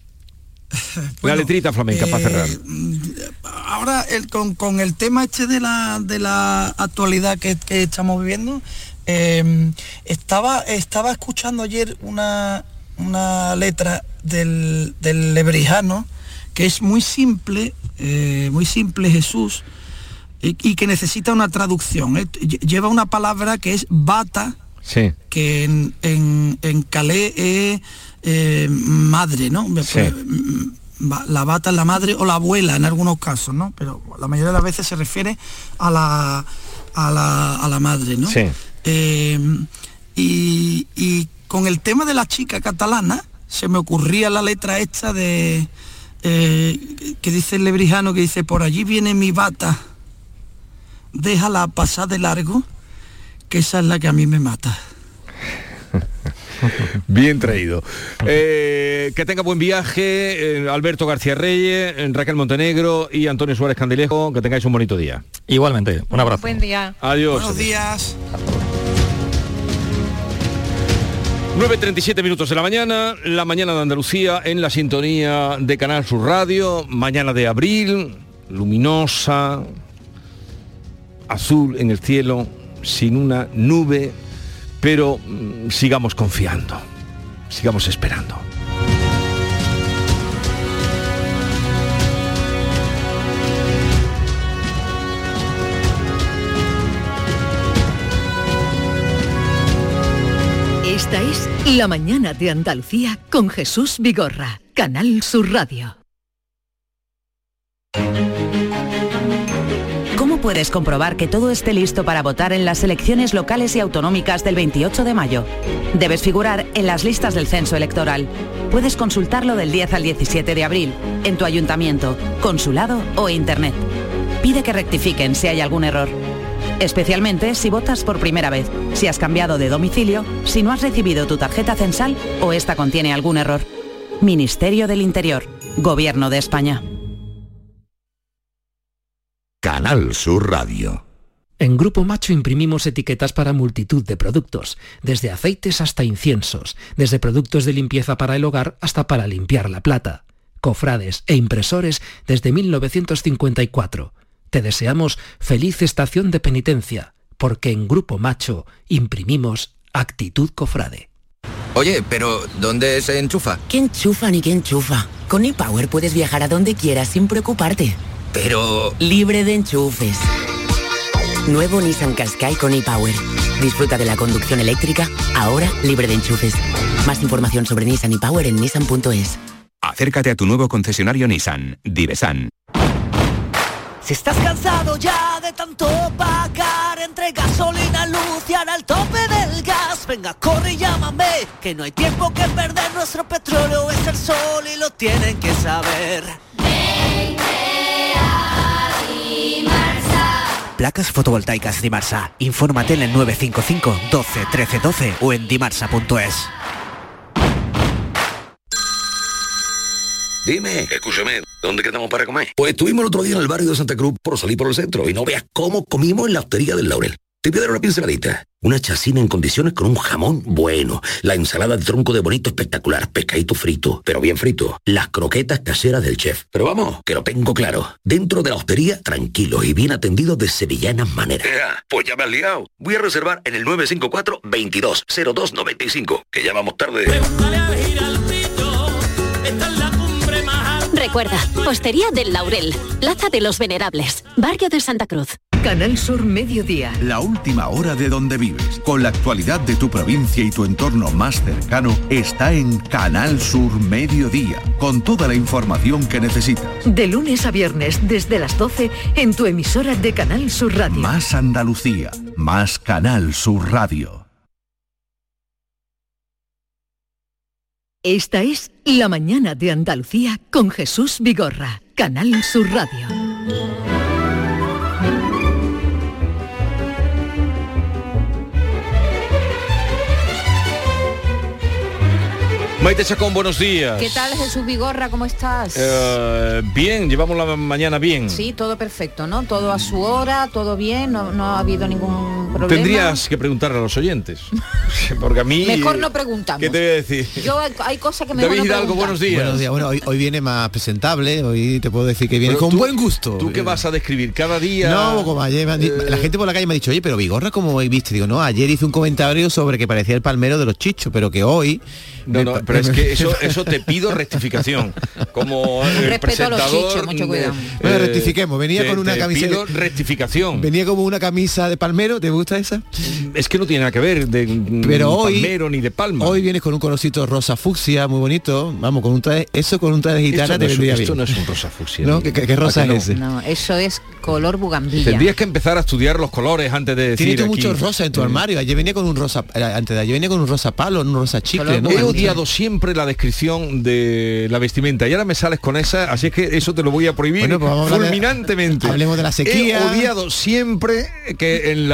La letrita flamenca para cerrar. Ahora, con el tema este de la actualidad que estamos viviendo, estaba escuchando ayer una letra del lebrijano, que es muy simple, Jesús, y que necesita una traducción. Lleva una palabra que es bata, que en calé es madre, ¿no? La bata es la madre o la abuela en algunos casos, ¿no? Pero la mayoría de las veces se refiere a la madre, ¿no? Y con el tema de la chica catalana se me ocurría la letra esta de que dice el lebrijano, que dice: por allí viene mi bata, déjala pasar de largo, que esa es la que a mí me mata. Bien traído. Que tenga buen viaje, Alberto García Reyes, Raquel Montenegro y Antonio Suárez Candilejo, que tengáis un bonito día. Igualmente, un abrazo. Buen día. Adiós. Buenos días. 9:37 minutos de la mañana de Andalucía, en la sintonía de Canal Sur Radio, mañana de abril, luminosa, azul en el cielo, sin una nube, pero sigamos confiando, sigamos esperando. Esta es La Mañana de Andalucía con Jesús Vigorra, Canal Sur Radio. ¿Cómo puedes comprobar que todo esté listo para votar en las elecciones locales y autonómicas del 28 de mayo? Debes figurar en las listas del censo electoral. Puedes consultarlo del 10 al 17 de abril, en tu ayuntamiento, consulado o internet. Pide que rectifiquen si hay algún error. Especialmente si votas por primera vez, si has cambiado de domicilio, si no has recibido tu tarjeta censal o esta contiene algún error. Ministerio del Interior, Gobierno de España. Canal Sur Radio. En Grupo Macho imprimimos etiquetas para multitud de productos, desde aceites hasta inciensos, desde productos de limpieza para el hogar hasta para limpiar la plata. cofrades e impresores desde 1954. Te deseamos feliz estación de penitencia, porque en Grupo Macho imprimimos actitud cofrade. Oye, pero ¿dónde se enchufa? ¿Qué enchufa ni qué enchufa? Con ePower puedes viajar a donde quieras sin preocuparte. Pero... Libre de enchufes. Nuevo Nissan Qashqai con ePower. Disfruta de la conducción eléctrica, ahora libre de enchufes. Más información sobre Nissan ePower en nissan.es. Acércate a tu nuevo concesionario Nissan, Divesan. Si estás cansado ya de tanto pagar entre gasolina, luz y ahora al tope del gas, venga, corre y llámame, que no hay tiempo que perder, nuestro petróleo es el sol y lo tienen que saber. Placas fotovoltaicas Dimarsa. Infórmate en el 955 12 13 12 o en dimarsa.es. Dime, escúchame, ¿dónde quedamos para comer? Pues estuvimos el otro día en el barrio de Santa Cruz por salir por el centro y no veas cómo comimos en la hostería del Laurel. Te voy a dar una pinceladita. Una chacina en condiciones con un jamón bueno. La ensalada de tronco de bonito espectacular. Pescadito frito, pero bien frito. Las croquetas caseras del chef. Pero vamos, que lo tengo claro. Dentro de la hostería, tranquilos y bien atendidos de sevillanas maneras. Pues ya me has liado. Voy a reservar en el 954 22 02 95, que ya vamos tarde. Recuerda, Hostería del Laurel, Plaza de los Venerables, Barrio de Santa Cruz. Canal Sur Mediodía. La última hora de donde vives, con la actualidad de tu provincia y tu entorno más cercano, está en Canal Sur Mediodía, con toda la información que necesitas. De lunes a viernes, desde las 12, en tu emisora de Canal Sur Radio. Más Andalucía, más Canal Sur Radio. Esta es La Mañana de Andalucía con Jesús Vigorra, Canal Sur Radio. Maite Chacón, buenos días. ¿Qué tal, Jesús Vigorra? ¿Cómo estás? Bien, llevamos la mañana bien. Sí, todo perfecto, ¿no? Todo a su hora, todo bien, no ha habido ningún problema. Tendrías que preguntar a los oyentes, porque a mí... Mejor no preguntamos. ¿Qué te voy a decir? Yo hay cosas que mejor David no Hidalgo, preguntar. buenos días. Buenos días. Bueno, hoy viene más presentable, hoy te puedo decir que viene Pero con buen gusto. ¿Tú qué vas a describir? ¿Cada día? No, como ayer la gente por la calle me ha dicho, oye, pero Vigorra, ¿cómo viste? Digo, no, ayer hice un comentario sobre que parecía el palmero de los chichos, pero que hoy... No, pero es que eso te pido rectificación. Como el presentador... A los chichos, mucho cuidado. Bueno, rectifiquemos, venía con una camisa... Pido rectificación. Venía como una camisa de palmero, ¿te gusta esa? Es que no tiene nada que ver de pero hoy, palmero ni de palma. Hoy vienes con un colorcito rosa fucsia, muy bonito. Vamos, con un traje, eso con un traje de gitana te vendría bien. Esto no es un rosa fucsia. ¿No? ¿Qué rosa es ese? No, eso es color bugambilla. Tendrías que empezar a estudiar los colores antes de decir. Tienes muchos rosas en tu armario. Ayer venía con un rosa, antes de ayer venía con un rosa palo, un rosa chicle, ¿no? He odiado siempre la descripción de la vestimenta y ahora me sales con esa, así es que eso te lo voy a prohibir, bueno, pues fulminantemente. Hablemos de la sequía. He odiado siempre que en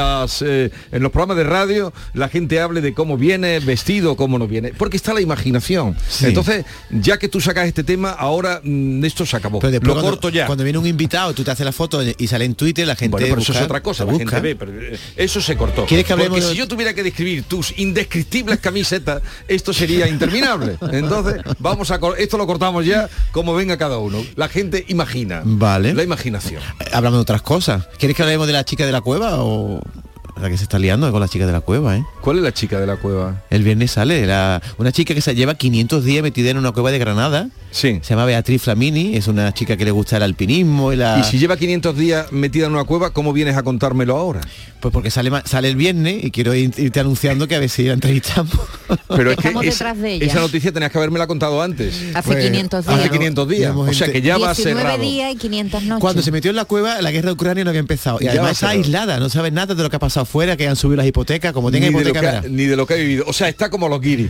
los programas de radio la gente hable de cómo viene vestido, cómo no viene, porque está la imaginación. Sí. Entonces, ya que tú sacas este tema, ahora esto se acabó. Pero lo corto ya. Cuando viene un invitado, tú te haces la foto y sale en Twitter, la gente bueno, pero busca, eso es otra cosa, la gente ve, pero eso se cortó. ¿Quieres que hablemos porque si yo tuviera que describir tus indescriptibles camisetas, esto sería interminable. Entonces, esto lo cortamos ya como venga cada uno. La gente imagina. Vale. La imaginación. Hablamos de otras cosas. ¿Quieres que hablemos de la chica de la cueva o...? La que se está liando con la chica de la cueva, ¿eh? ¿Cuál es la chica de la cueva? El viernes sale una chica que se lleva 500 días metida en una cueva de Granada. Sí. Se llama Beatriz Flamini, es una chica que le gusta el alpinismo y la... Y si lleva 500 días metida en una cueva, ¿cómo vienes a contármelo ahora? Pues porque sale el viernes y quiero irte anunciando que a ver si la entrevistamos. Pero es que detrás de ella. Esa noticia tenías que habérmela contado antes. Hace 500 días. Hace 500 días. O sea que ya va cerrado. 19 días y 500 noches. Cuando se metió en la cueva, la guerra de Ucrania no había empezado. Y además está aislada, no sabes nada de lo que ha pasado fuera, que han subido las hipotecas, como tenga hipoteca. Ni de lo que ha vivido. O sea, está como los guiris.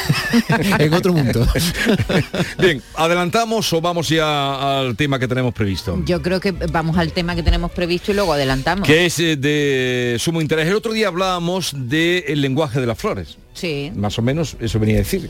En otro mundo. Bien, ¿adelantamos o vamos ya al tema que tenemos previsto? Yo creo que vamos al tema que tenemos previsto y luego adelantamos. Que es de sumo interés. El otro día hablábamos del lenguaje de las flores. Sí. Más o menos eso venía a decir.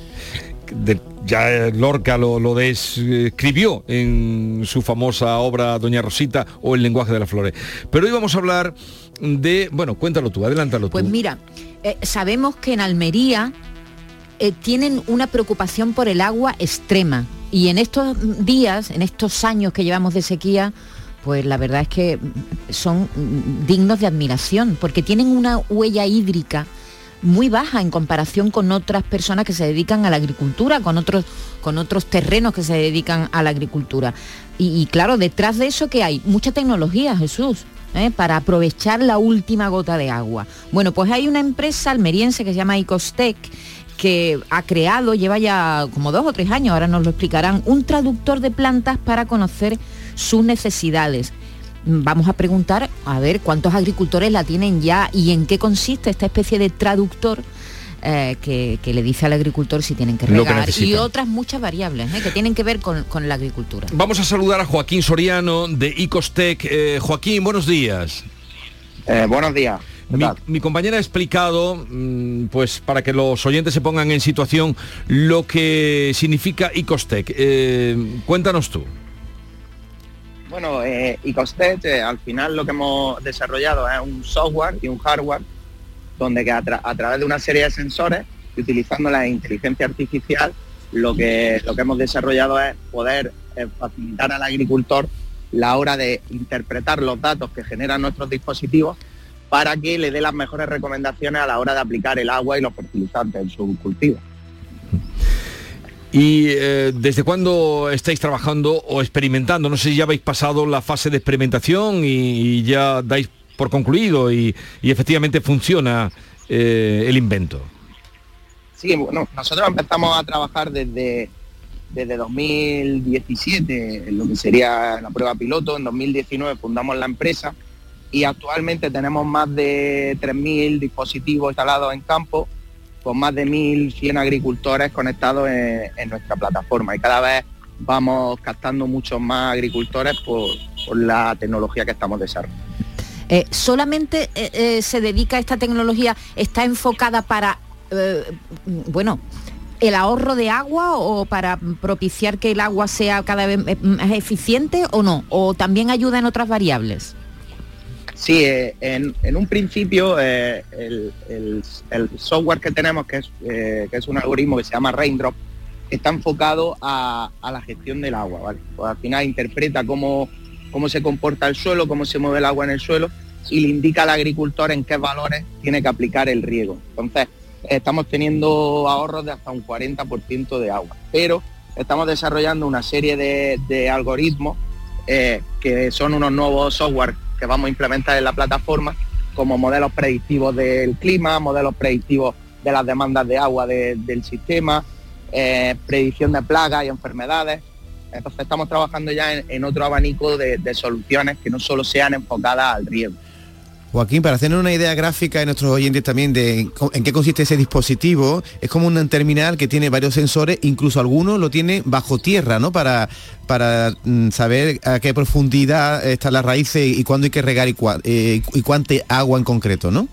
Ya Lorca lo describió en su famosa obra Doña Rosita o El lenguaje de las flores. Pero hoy vamos a hablar de... Bueno, cuéntalo tú, adelántalo tú. Pues mira, sabemos que en Almería tienen una preocupación por el agua extrema. Y en estos días, en estos años que llevamos de sequía, pues la verdad es que son dignos de admiración, porque tienen una huella hídrica muy baja en comparación con otras personas que se dedican a la agricultura, con otros terrenos que se dedican a la agricultura. Y claro, detrás de eso, ¿qué hay? Mucha tecnología, Jesús, para aprovechar la última gota de agua. Bueno, pues hay una empresa almeriense que se llama Icostec, que ha creado, lleva ya como 2 o 3 años, ahora nos lo explicarán, un traductor de plantas para conocer sus necesidades. Vamos a preguntar a ver cuántos agricultores la tienen ya y en qué consiste esta especie de traductor que le dice al agricultor si tienen que regar y otras muchas variables que tienen que ver con la agricultura. Vamos a saludar a Joaquín Soriano de Icostec. Joaquín, buenos días. Buenos días. Mi compañera ha explicado, pues para que los oyentes se pongan en situación, lo que significa Icostec. Cuéntanos tú. Bueno, Icostec, al final lo que hemos desarrollado es un software y un hardware donde que a través de una serie de sensores y utilizando la inteligencia artificial, lo que hemos desarrollado es poder facilitar al agricultor la hora de interpretar los datos que generan nuestros dispositivos para que le dé las mejores recomendaciones a la hora de aplicar el agua y los fertilizantes en su cultivo. ¿Y desde cuándo estáis trabajando o experimentando? No sé si ya habéis pasado la fase de experimentación y ya dais por concluido y efectivamente funciona el invento. Sí, bueno, nosotros empezamos a trabajar desde 2017, en lo que sería la prueba piloto. En 2019 fundamos la empresa y actualmente tenemos más de 3.000 dispositivos instalados en campo, con más de 1.100 agricultores conectados en nuestra plataforma, y cada vez vamos captando muchos más agricultores por la tecnología que estamos desarrollando. ¿Solamente se dedica a esta tecnología, está enfocada para, el ahorro de agua o para propiciar que el agua sea cada vez más eficiente o no? ¿O también ayuda en otras variables? Sí, en un principio el software que tenemos, que es un algoritmo que se llama Raindrop, está enfocado a la gestión del agua, ¿vale? Pues al final interpreta cómo se comporta el suelo, cómo se mueve el agua en el suelo y le indica al agricultor en qué valores tiene que aplicar el riego. Entonces, estamos teniendo ahorros de hasta un 40% de agua, pero estamos desarrollando una serie de algoritmos que son unos nuevos software que vamos a implementar en la plataforma, como modelos predictivos del clima, modelos predictivos de las demandas de agua del sistema, predicción de plagas y enfermedades. Entonces estamos trabajando ya en otro abanico de soluciones que no solo sean enfocadas al riego. Joaquín, para hacer una idea gráfica de nuestros oyentes también de en qué consiste ese dispositivo, es como un terminal que tiene varios sensores, incluso algunos lo tiene bajo tierra, ¿no? Para saber a qué profundidad están las raíces y cuándo hay que regar y cuánta agua en concreto, ¿no?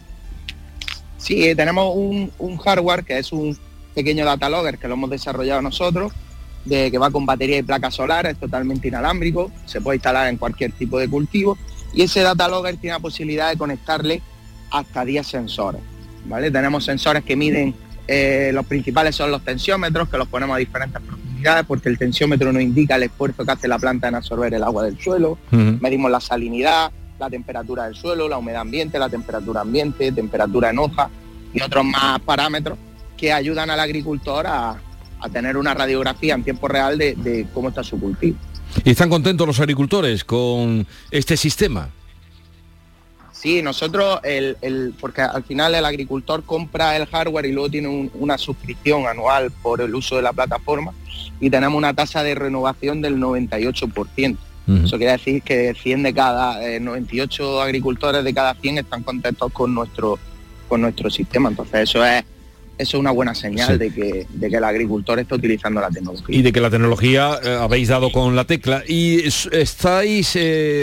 Sí, tenemos un hardware que es un pequeño data logger que lo hemos desarrollado nosotros, que va con batería y placas solares, totalmente inalámbrico, se puede instalar en cualquier tipo de cultivo, y ese data logger tiene la posibilidad de conectarle hasta 10 sensores, ¿vale? Tenemos sensores que miden, los principales son los tensiómetros, que los ponemos a diferentes profundidades, porque el tensiómetro nos indica el esfuerzo que hace la planta en absorber el agua del suelo. Medimos la salinidad, la temperatura del suelo, la humedad ambiente, la temperatura ambiente, temperatura en hoja y otros más parámetros que ayudan al agricultor a tener una radiografía en tiempo real de cómo está su cultivo. ¿Y están contentos los agricultores con este sistema? Sí, nosotros, porque al final el agricultor compra el hardware y luego tiene una suscripción anual por el uso de la plataforma, y tenemos una tasa de renovación del 98%. Eso quiere decir que 98 agricultores de cada 100 están contentos con nuestro sistema. Entonces eso es una buena señal, sí, de que el agricultor está utilizando la tecnología. Y de que la tecnología habéis dado con la tecla. Y estáis,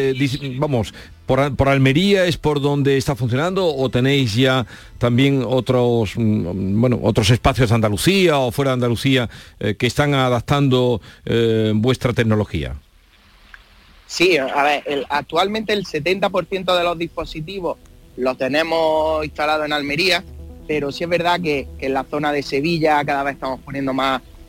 por Almería es por donde está funcionando, o tenéis ya también otros espacios de Andalucía o fuera de Andalucía que están adaptando vuestra tecnología. Sí, a ver, actualmente el 70% de los dispositivos los tenemos instalados en Almería, pero sí es verdad que en la zona de Sevilla cada vez estamos poniendo más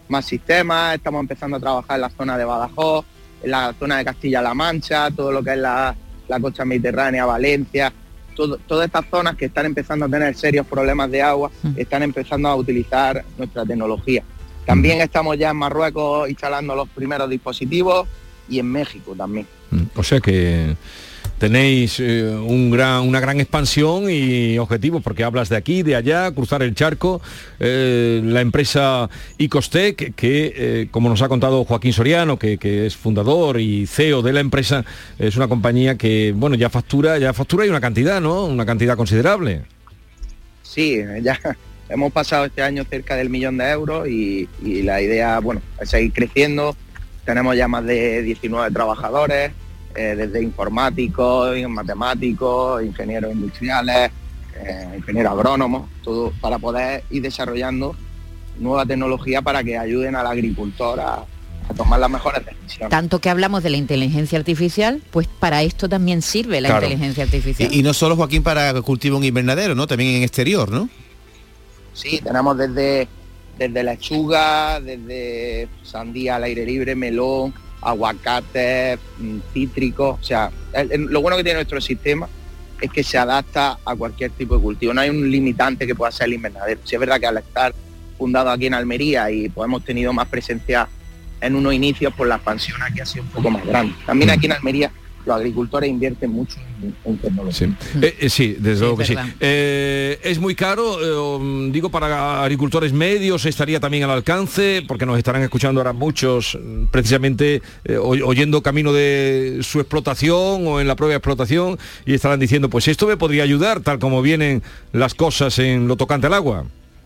más sistemas, estamos empezando a trabajar en la zona de Badajoz, en la zona de Castilla-La Mancha, todo lo que es la costa mediterránea, Valencia, todas estas zonas que están empezando a tener serios problemas de agua, están empezando a utilizar nuestra tecnología. También estamos ya en Marruecos instalando los primeros dispositivos y en México también. O sea que tenéis una gran expansión y objetivos, porque hablas de aquí, de allá, cruzar el charco. La empresa Icostech, que como nos ha contado Joaquín Soriano, que es fundador y CEO de la empresa, es una compañía que, bueno, ya factura y una cantidad, ¿no? Una cantidad considerable. Sí, ya hemos pasado este año cerca del 1 millón de euros y la idea, bueno, es seguir creciendo. Tenemos ya más de 19 trabajadores, desde informáticos, matemáticos, ingenieros industriales, ingenieros agrónomos, todo para poder ir desarrollando nueva tecnología para que ayuden al agricultor a tomar las mejores decisiones. Tanto que hablamos de la inteligencia artificial, pues para esto también sirve la inteligencia artificial. Y no solo, Joaquín, para cultivo en invernadero, ¿no? También en exterior, ¿no? Sí, tenemos desde lechuga, desde sandía al aire libre, melón, aguacate, cítrico. O sea, lo bueno que tiene nuestro sistema es que se adapta a cualquier tipo de cultivo. No hay un limitante que pueda ser el invernadero. Sí es verdad que al estar fundado aquí en Almería y pues hemos tenido más presencia en unos inicios, por la expansión aquí ha sido un poco más grande. También aquí en Almería los agricultores invierten mucho en tecnología. Sí, desde luego que sí. Es muy caro, digo, para agricultores medios estaría también al alcance, porque nos estarán escuchando ahora muchos, precisamente oyendo camino de su explotación o en la propia explotación, y estarán diciendo, pues esto me podría ayudar, tal como vienen las cosas en lo tocante al agua.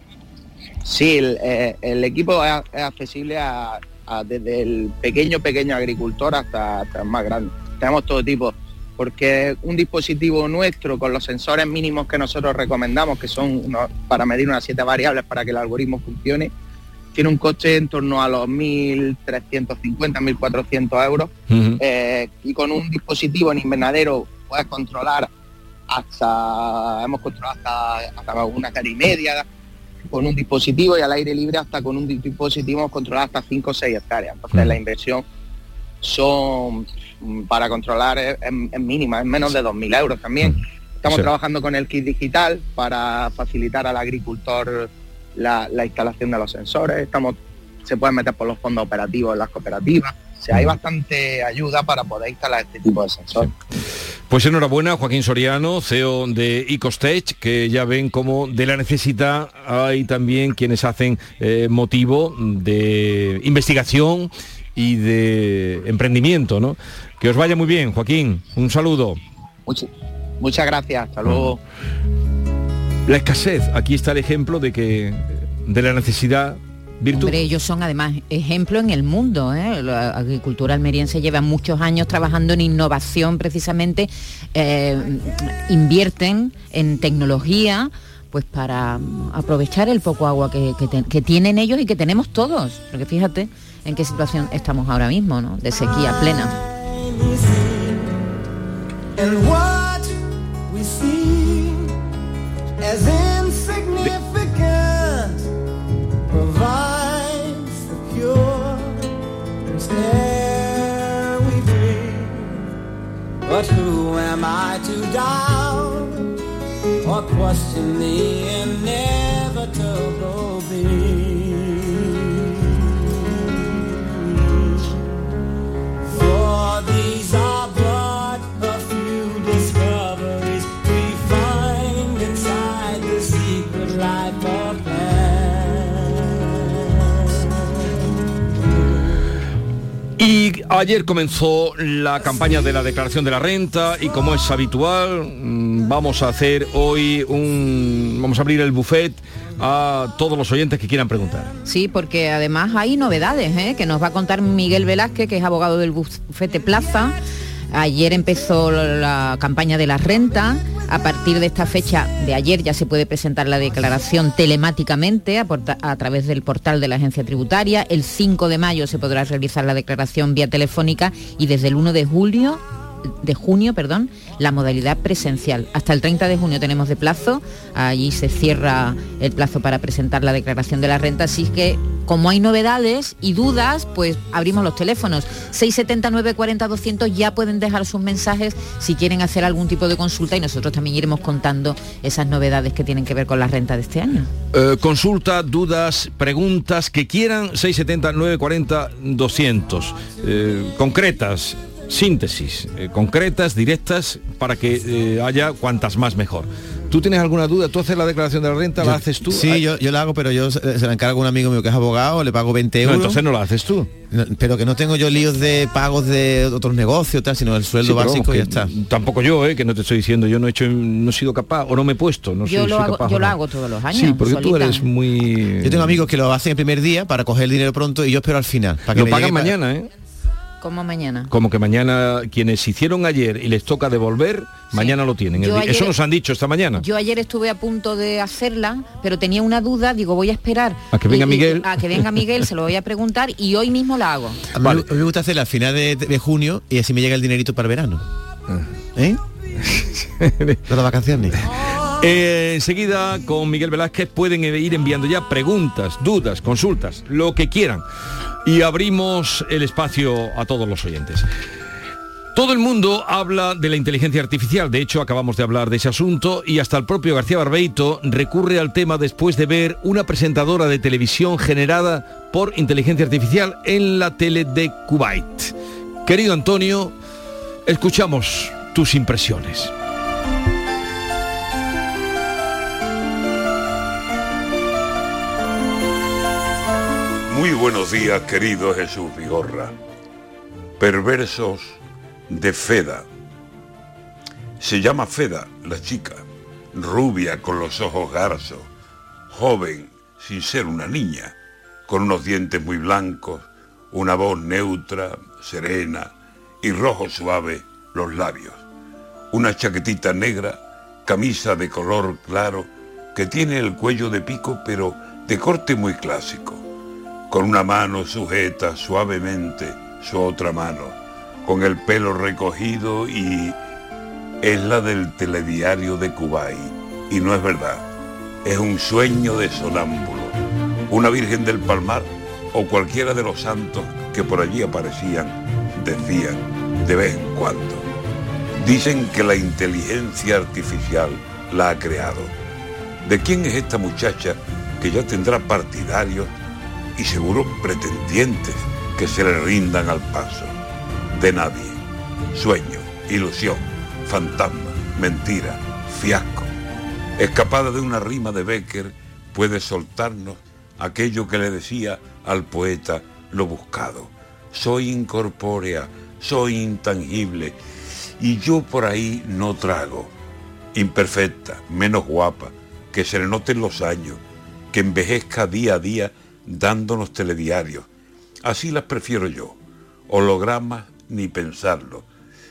Sí, el equipo es accesible desde el pequeño agricultor hasta el más grande. Tenemos todo tipo, porque un dispositivo nuestro con los sensores mínimos que nosotros recomendamos, que son para medir unas 7 variables para que el algoritmo funcione, tiene un coste en torno a los 1.350, 1.400 euros. Y con un dispositivo en invernadero puedes controlar hemos controlado hasta 1,5 hectáreas con un dispositivo, y al aire libre hasta con un dispositivo hemos controlado hasta 5 o 6 hectáreas. Entonces la inversión para controlar es mínima, es menos de 2.000 euros también. Estamos trabajando con el kit digital para facilitar al agricultor la instalación de los sensores. Se pueden meter por los fondos operativos en las cooperativas. O sea, hay bastante ayuda para poder instalar este tipo de sensores. Pues enhorabuena, Joaquín Soriano, CEO de Icostech, que ya ven cómo de la necesidad hay también quienes hacen motivo de investigación y de emprendimiento, ¿no? Que os vaya muy bien, Joaquín. Un saludo. Muchas gracias. Hasta luego. La escasez. Aquí está el ejemplo de la necesidad. Virtud. Hombre, ellos son además ejemplo en el mundo, ¿eh? La agricultura almeriense lleva muchos años trabajando en innovación precisamente, invierten en tecnología pues para aprovechar el poco agua que tienen ellos y que tenemos todos, porque fíjate en qué situación estamos ahora mismo, ¿no? De sequía plena. But who am I to doubt or question the inevitable For these are but a few discoveries we find inside the secret life of man. Y ayer comenzó la campaña de la declaración de la renta y, como es habitual, vamos a hacer hoy vamos a abrir el buffet a todos los oyentes que quieran preguntar. Sí, porque además hay novedades, que nos va a contar Miguel Velázquez, que es abogado del bufete Plaza. Ayer empezó la campaña de la renta. A partir de esta fecha de ayer ya se puede presentar la declaración telemáticamente a través del portal de la agencia tributaria. El 5 de mayo se podrá realizar la declaración vía telefónica y desde el 1 de julio de junio, la modalidad presencial. Hasta el 30 de junio tenemos de plazo, allí se cierra el plazo para presentar la declaración de la renta, así que como hay novedades y dudas, pues abrimos los teléfonos. 679 40 200, ya pueden dejar sus mensajes si quieren hacer algún tipo de consulta y nosotros también iremos contando esas novedades que tienen que ver con la renta de este año. Consulta, dudas, preguntas que quieran, 679 40 200. Concretas, síntesis, concretas, directas, para que haya cuantas más mejor. ¿Tú tienes alguna duda? ¿Tú haces la declaración de la renta? ¿La haces tú? Sí, yo la hago, pero yo se la encargo a un amigo mío que es abogado, le pago 20 euros. No, entonces no la haces tú. No, pero que no tengo yo líos de pagos de otros negocios, tal, sino el sueldo básico y ya está. Tampoco yo, que no te estoy diciendo, yo no he sido capaz, o no me he puesto, no yo soy lo capaz. Yo lo hago todos los años. Sí, porque solita. tú eres muy... Yo tengo amigos que lo hacen el primer día para coger el dinero pronto y yo espero al final. Para que lo me pagan llegue mañana, ¿Cómo mañana? Como que mañana quienes hicieron ayer y les toca devolver, mañana lo tienen. Eso nos han dicho esta mañana. Yo ayer estuve a punto de hacerla, pero tenía una duda, digo, voy a esperar a que venga Miguel. A que venga Miguel, se lo voy a preguntar y hoy mismo la hago. A mí me gusta hacerla al final de junio y así me llega el dinerito para el verano. De las vacaciones. Enseguida con Miguel Velázquez pueden ir enviando ya preguntas, dudas, consultas, lo que quieran. Y abrimos el espacio a todos los oyentes. Todo el mundo habla de la inteligencia artificial, de hecho acabamos de hablar de ese asunto y hasta el propio García Barbeito recurre al tema después de ver una presentadora de televisión generada por inteligencia artificial en la tele de Kuwait. Querido Antonio, escuchamos tus impresiones. Muy buenos días, querido Jesús Vigorra. Perversos de Feda. Se llama Feda, la chica, rubia con los ojos garzos, joven sin ser una niña, con unos dientes muy blancos, una voz neutra, serena y rojo suave los labios. Una chaquetita negra, camisa de color claro, que tiene el cuello de pico pero de corte muy clásico. Con una mano sujeta suavemente su otra mano, con el pelo recogido y es la del telediario de Kuwait. Y no es verdad, es un sueño de sonámbulo, una Virgen del Palmar o cualquiera de los santos que por allí aparecían, decían de vez en cuando. Dicen que la inteligencia artificial la ha creado. ¿De quién es esta muchacha que ya tendrá partidarios y seguro pretendientes que se le rindan al paso? De nadie. Sueño, ilusión, fantasma, mentira, fiasco. Escapada de una rima de Becker, puede soltarnos aquello que le decía al poeta lo buscado. Soy incorpórea, soy intangible, y yo por ahí no trago. Imperfecta, menos guapa, que se le noten los años, que envejezca día a día dándonos telediarios. Así las prefiero yo. Hologramas ni pensarlo.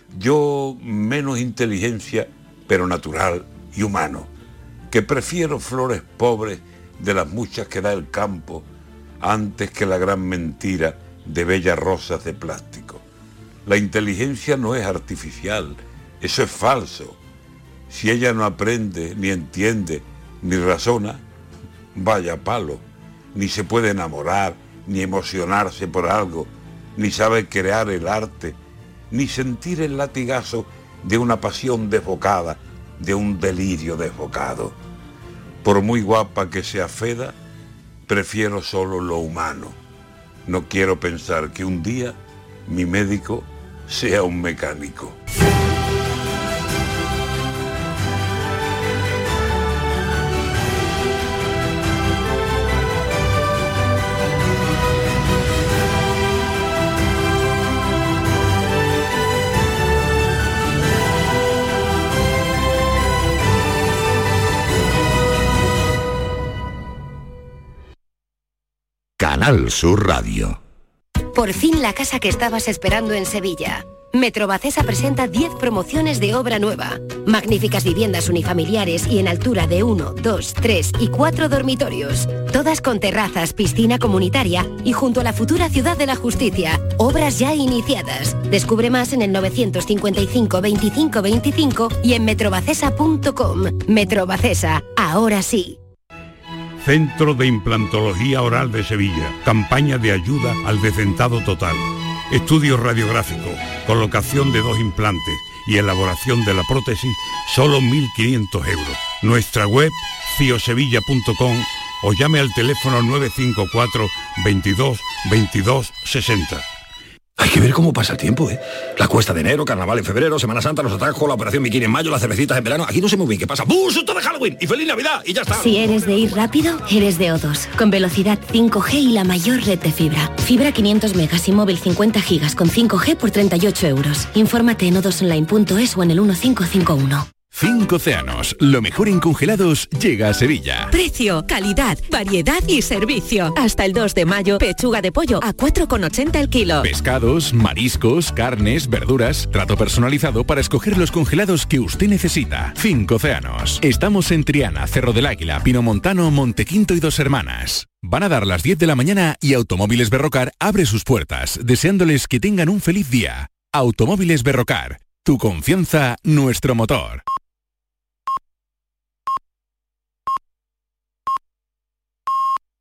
Yo menos inteligencia, pero natural y humano. Que prefiero flores pobres de las muchas que da el campo antes que la gran mentira de bellas rosas de plástico. La inteligencia no es artificial, eso es falso. Si ella no aprende, ni entiende, ni razona, vaya palo. Ni se puede enamorar, ni emocionarse por algo, ni sabe crear el arte, ni sentir el latigazo de una pasión desbocada, de un delirio desbocado. Por muy guapa que sea Feda, prefiero solo lo humano. No quiero pensar que un día mi médico sea un mecánico. Canal Sur Radio. Por fin la casa que estabas esperando en Sevilla. Metrobacesa presenta 10 promociones de obra nueva. Magníficas viviendas unifamiliares y en altura de 1, 2, 3 y 4 dormitorios. Todas con terrazas, piscina comunitaria y junto a la futura Ciudad de la Justicia. Obras ya iniciadas. Descubre más en el 955 25 25 y en metrobacesa.com. Metrobacesa, ahora sí. Centro de Implantología Oral de Sevilla. Campaña de ayuda al decentado total. Estudio radiográfico, colocación de 2 implantes y elaboración de la prótesis, solo 1.500 euros. Nuestra web, ciosevilla.com o llame al teléfono 954 22 22 60. Hay que ver cómo pasa el tiempo, ¿eh? La cuesta de enero, carnaval en febrero, Semana Santa, los atajos, la operación bikini en mayo, las cervecitas en verano. Aquí no sé muy bien qué pasa. ¡Bum! ¡Susto de Halloween! ¡Y feliz Navidad! ¡Y ya está! Si eres de ir rápido, eres de O2. Con velocidad 5G y la mayor red de fibra. Fibra 500 megas y móvil 50 gigas con 5G por 38 euros. Infórmate en o2online.es o en el 1551. 5 océanos, lo mejor en congelados llega a Sevilla. Precio, calidad, variedad y servicio. Hasta el 2 de mayo, pechuga de pollo a 4,80 el kilo. Pescados, mariscos, carnes, verduras, trato personalizado para escoger los congelados que usted necesita. 5 océanos. Estamos en Triana, Cerro del Águila, Pinomontano, Montequinto y Dos Hermanas. Van a dar las 10 de la mañana y Automóviles Berrocar abre sus puertas, deseándoles que tengan un feliz día. Automóviles Berrocar, tu confianza, nuestro motor.